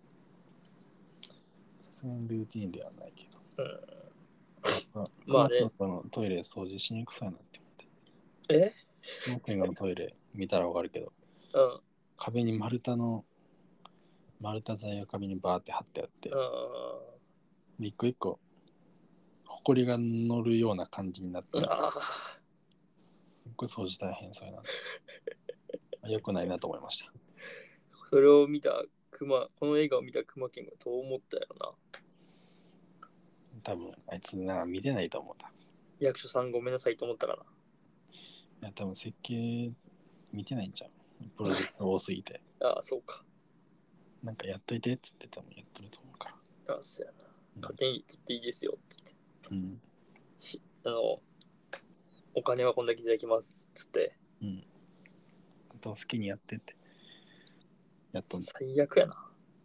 すがにルーティンではないけど。 うん。 まあ、 まあね。 熊のトイレ掃除しにくそうやなって思って。 え熊君のトイレ見たらわかるけど、 うん。 壁に丸太の丸太材が壁にバーって貼ってあって、 うん。 一個一個ほこりが乗るような感じになってる。 あすっごい掃除大変そうやな。よくないなと思いました。 それを見た熊、この映画を見た熊健がどう思ったやろな。 多分あいつなんか見てないと思った。 役所さんごめんなさいと思ったかな。 いや多分設計見てないんちゃう。プロジェクト多すぎて。 ああ、そうか。 なんかやっといてっつって多分やってると思うから。 ああ、そうやな。勝手に取っていいですよっつって。 うん。 しあの、お金はこんだけいただきますっつって。 うん。あと好きにやってって。やっとんだ。 最悪やな。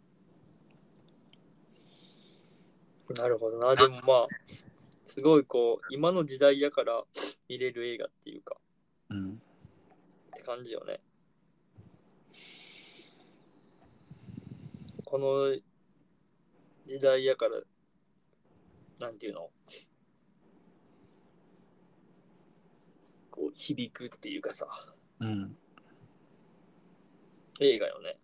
なるほどな。でもまあ、すごいこう、今の時代やから見れる映画っていうか、 うん。 って感じよね。この時代やから、なんていうのこう、響くっていうかさ、 うん。 映画よね。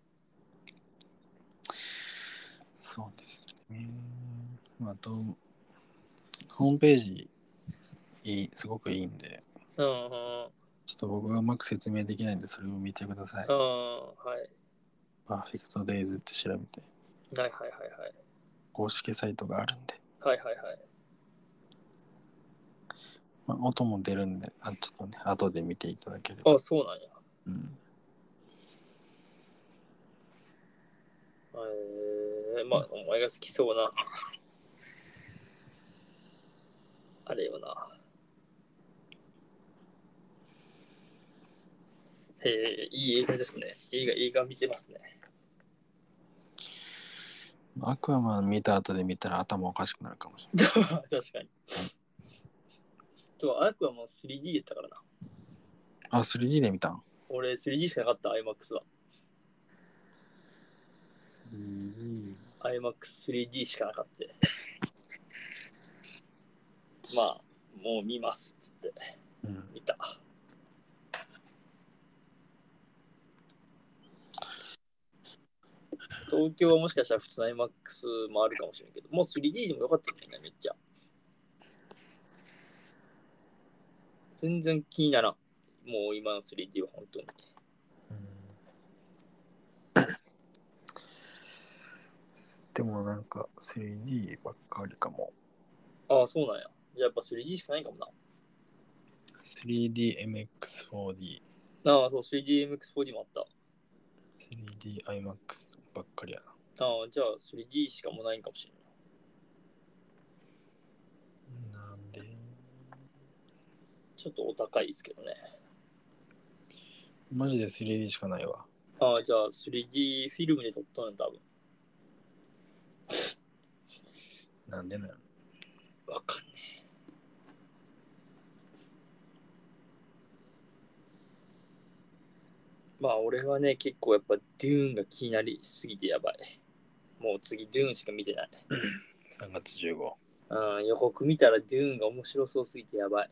そうですね。あと、ホームページいい、すごくいいんで、 うん、うん、 ちょっと僕がうまく説明できないんで、それを見てください。 うん、はい。 パーフェクトデイズって調べて、 はいはいはいはい。 公式サイトがあるんで、 はいはいはい。 まあ、音も出るんで、あちょっとね、後で見ていただければ。 あ、そうなんや。 うん。 えー、まあ、お前が好きそうな、あれよな。えー、いい映画ですね。映画、映画見てますね。 アクアマン見た後で見たら頭おかしくなるかもしれない。 確かに。と、アークはもう スリーディー やったからな。 あ、スリーディー で見たん？ 俺 スリーディー しかなかった、IMAX は。 スリーディー。 アイマックススリーディー しかなかった。まあ、もう見ますっつって、 うん、 見た。東京はもしかしたら普通の IMAX もあるかもしれんけど、もう スリーディー でもよかったんじゃないめっちゃ。全然気にならん。もう今の スリーディー は本当に。 うん、でもなんか スリーディー ばっかりかも。 ああ、そうなんや。じゃあやっぱ スリーディー しかないかもな。 スリーディーエムエックスフォーディー。 ああ、そう、スリーディーエムエックスフォーディー もあっスリーディーアイマックス ばっかりやな。 た。ああ、じゃあ スリーディー しかもうないんかもしれない。 なんでちょっとお高いですけどね。 マジで スリーディー しかないわ。 ああ、じゃあ スリーディー フィルムで撮ったの多分。 なんでなん？ わかんねえ。まあ俺はね、結構やっぱデューンが気になりすぎてやばい。もう次デューンしか見てない。 さんがつじゅうご。 うん、予告見たらデューンが面白そうすぎてやばい。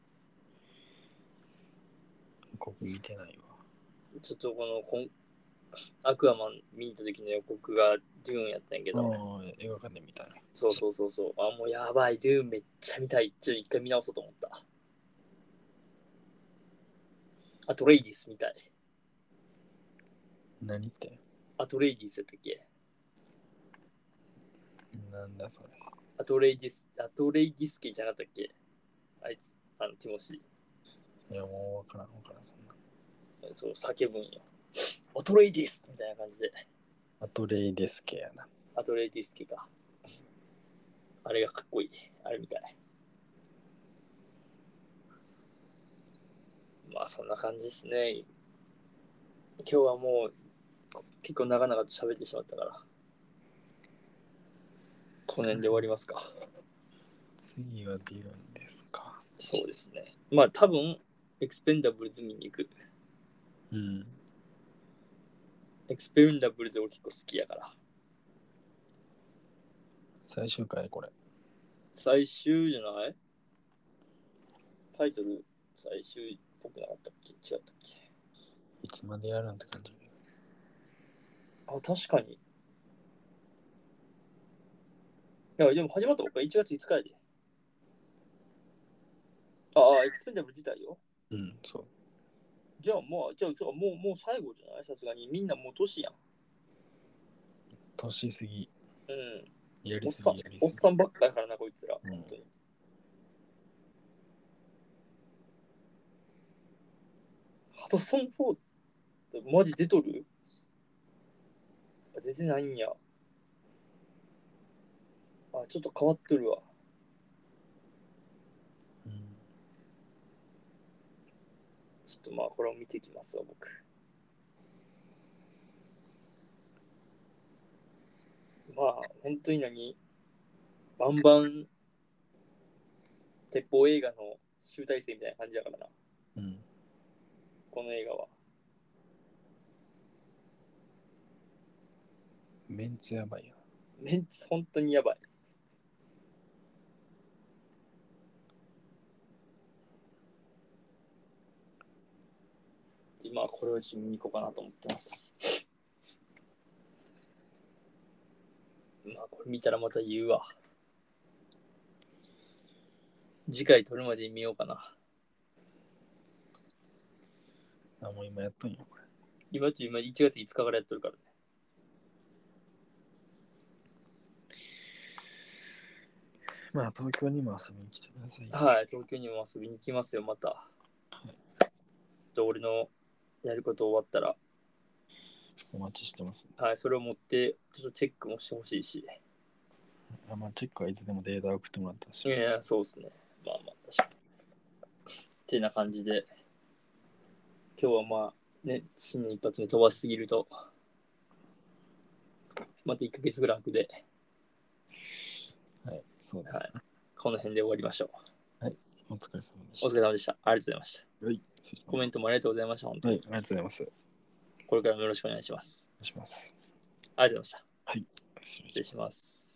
予告見てないわ。 ちょっとこのこんアクアマン見た時の予告がデューンやったんやけど、 ああ、映画館で見たね。 そうそうそうそう。あ、もうやばい、デューンめっちゃ見たい。ちょっと一回見直そうと思った。あとレイディスみたい。 何って？ あとレイディスやったっけ？ なんだそれ。 あとレイディス、あとレイディスケじゃなかったっけ？あいつ、あの、ティモシいや、もうわからんわからん、そんな。 ー。そう、叫ぶんよ。アトレイディスみたいな感じで。 あとレイデスケやな。 アトレイディスケか。あれがかっこいい。あれみたい。 まあそんな感じですね。今日はもう結構長々と喋ってしまったから、この辺で終わりますか。 次はディランですか。 そうですね。まあ多分、エクスペンダブルズ見に行く。 うん。 エクスペンダブルズ俺結構好きやから。 最終回これ。 最終じゃない？タイトル最終っぽくなかったっけ？違ったっけ？ いつまでやるんって感じ。 あ、確かに。いや、でも始まった僕はいちがついつかやで。ああ、エクスペンダブル自体よ。 うん、そう。 じゃあもう、じゃあもう、もう最後じゃない？さすがに。みんなもう年やん。 年すぎ。 うん。 やりおっさんすぎ、やり、 おっすぎ。 さんばっかやからな、こいつら。 うん、 本当に。ハドソン・フォード、マジ出とる？あ、出てないんや。あ、ちょっと変わっとるわ。 うん。 ちょっとまあ、これを見ていきますわ、僕。まあ、本当に何バンバン、鉄砲映画の集大成みたいな感じだからな、 うん。 この映画は。 メンツやばいよ。 メンツ、本当にやばい。で、まあ、これをちょっと見に行こうかなと思ってます。まあ、これ見たらまた言うわ。次回撮るまで見ようかな。 あ、もう今やっとんよ、これ。 今と今いちがついつかからやっとるからね。 まあ、東京にも遊びに来てください。 はい、東京にも遊びに来ますよ、また。で、俺のやること終わったら、 お待ちしてます、ね。 はい、それを持って、ちょっとチェックもしてほしいし。 あ、まあ、チェックはいつでもデータ送ってもらったし。 いやいや、そうですね。まあまあ、確かに。ってな感じで、今日はまあ、ね、新年一発目飛ばしすぎると、またいっかげつぐらい空くで、 はい、そうです、ね。 はい、この辺で終わりましょう。はい、お疲れ様でした。 お疲れ様でした。ありがとうございました。 はい、 コメントもありがとうございました。本当に。 はい、ありがとうございます。 これからもよろしくお願いします。 お願いします。 ありがとうございました。 はい、 失礼します。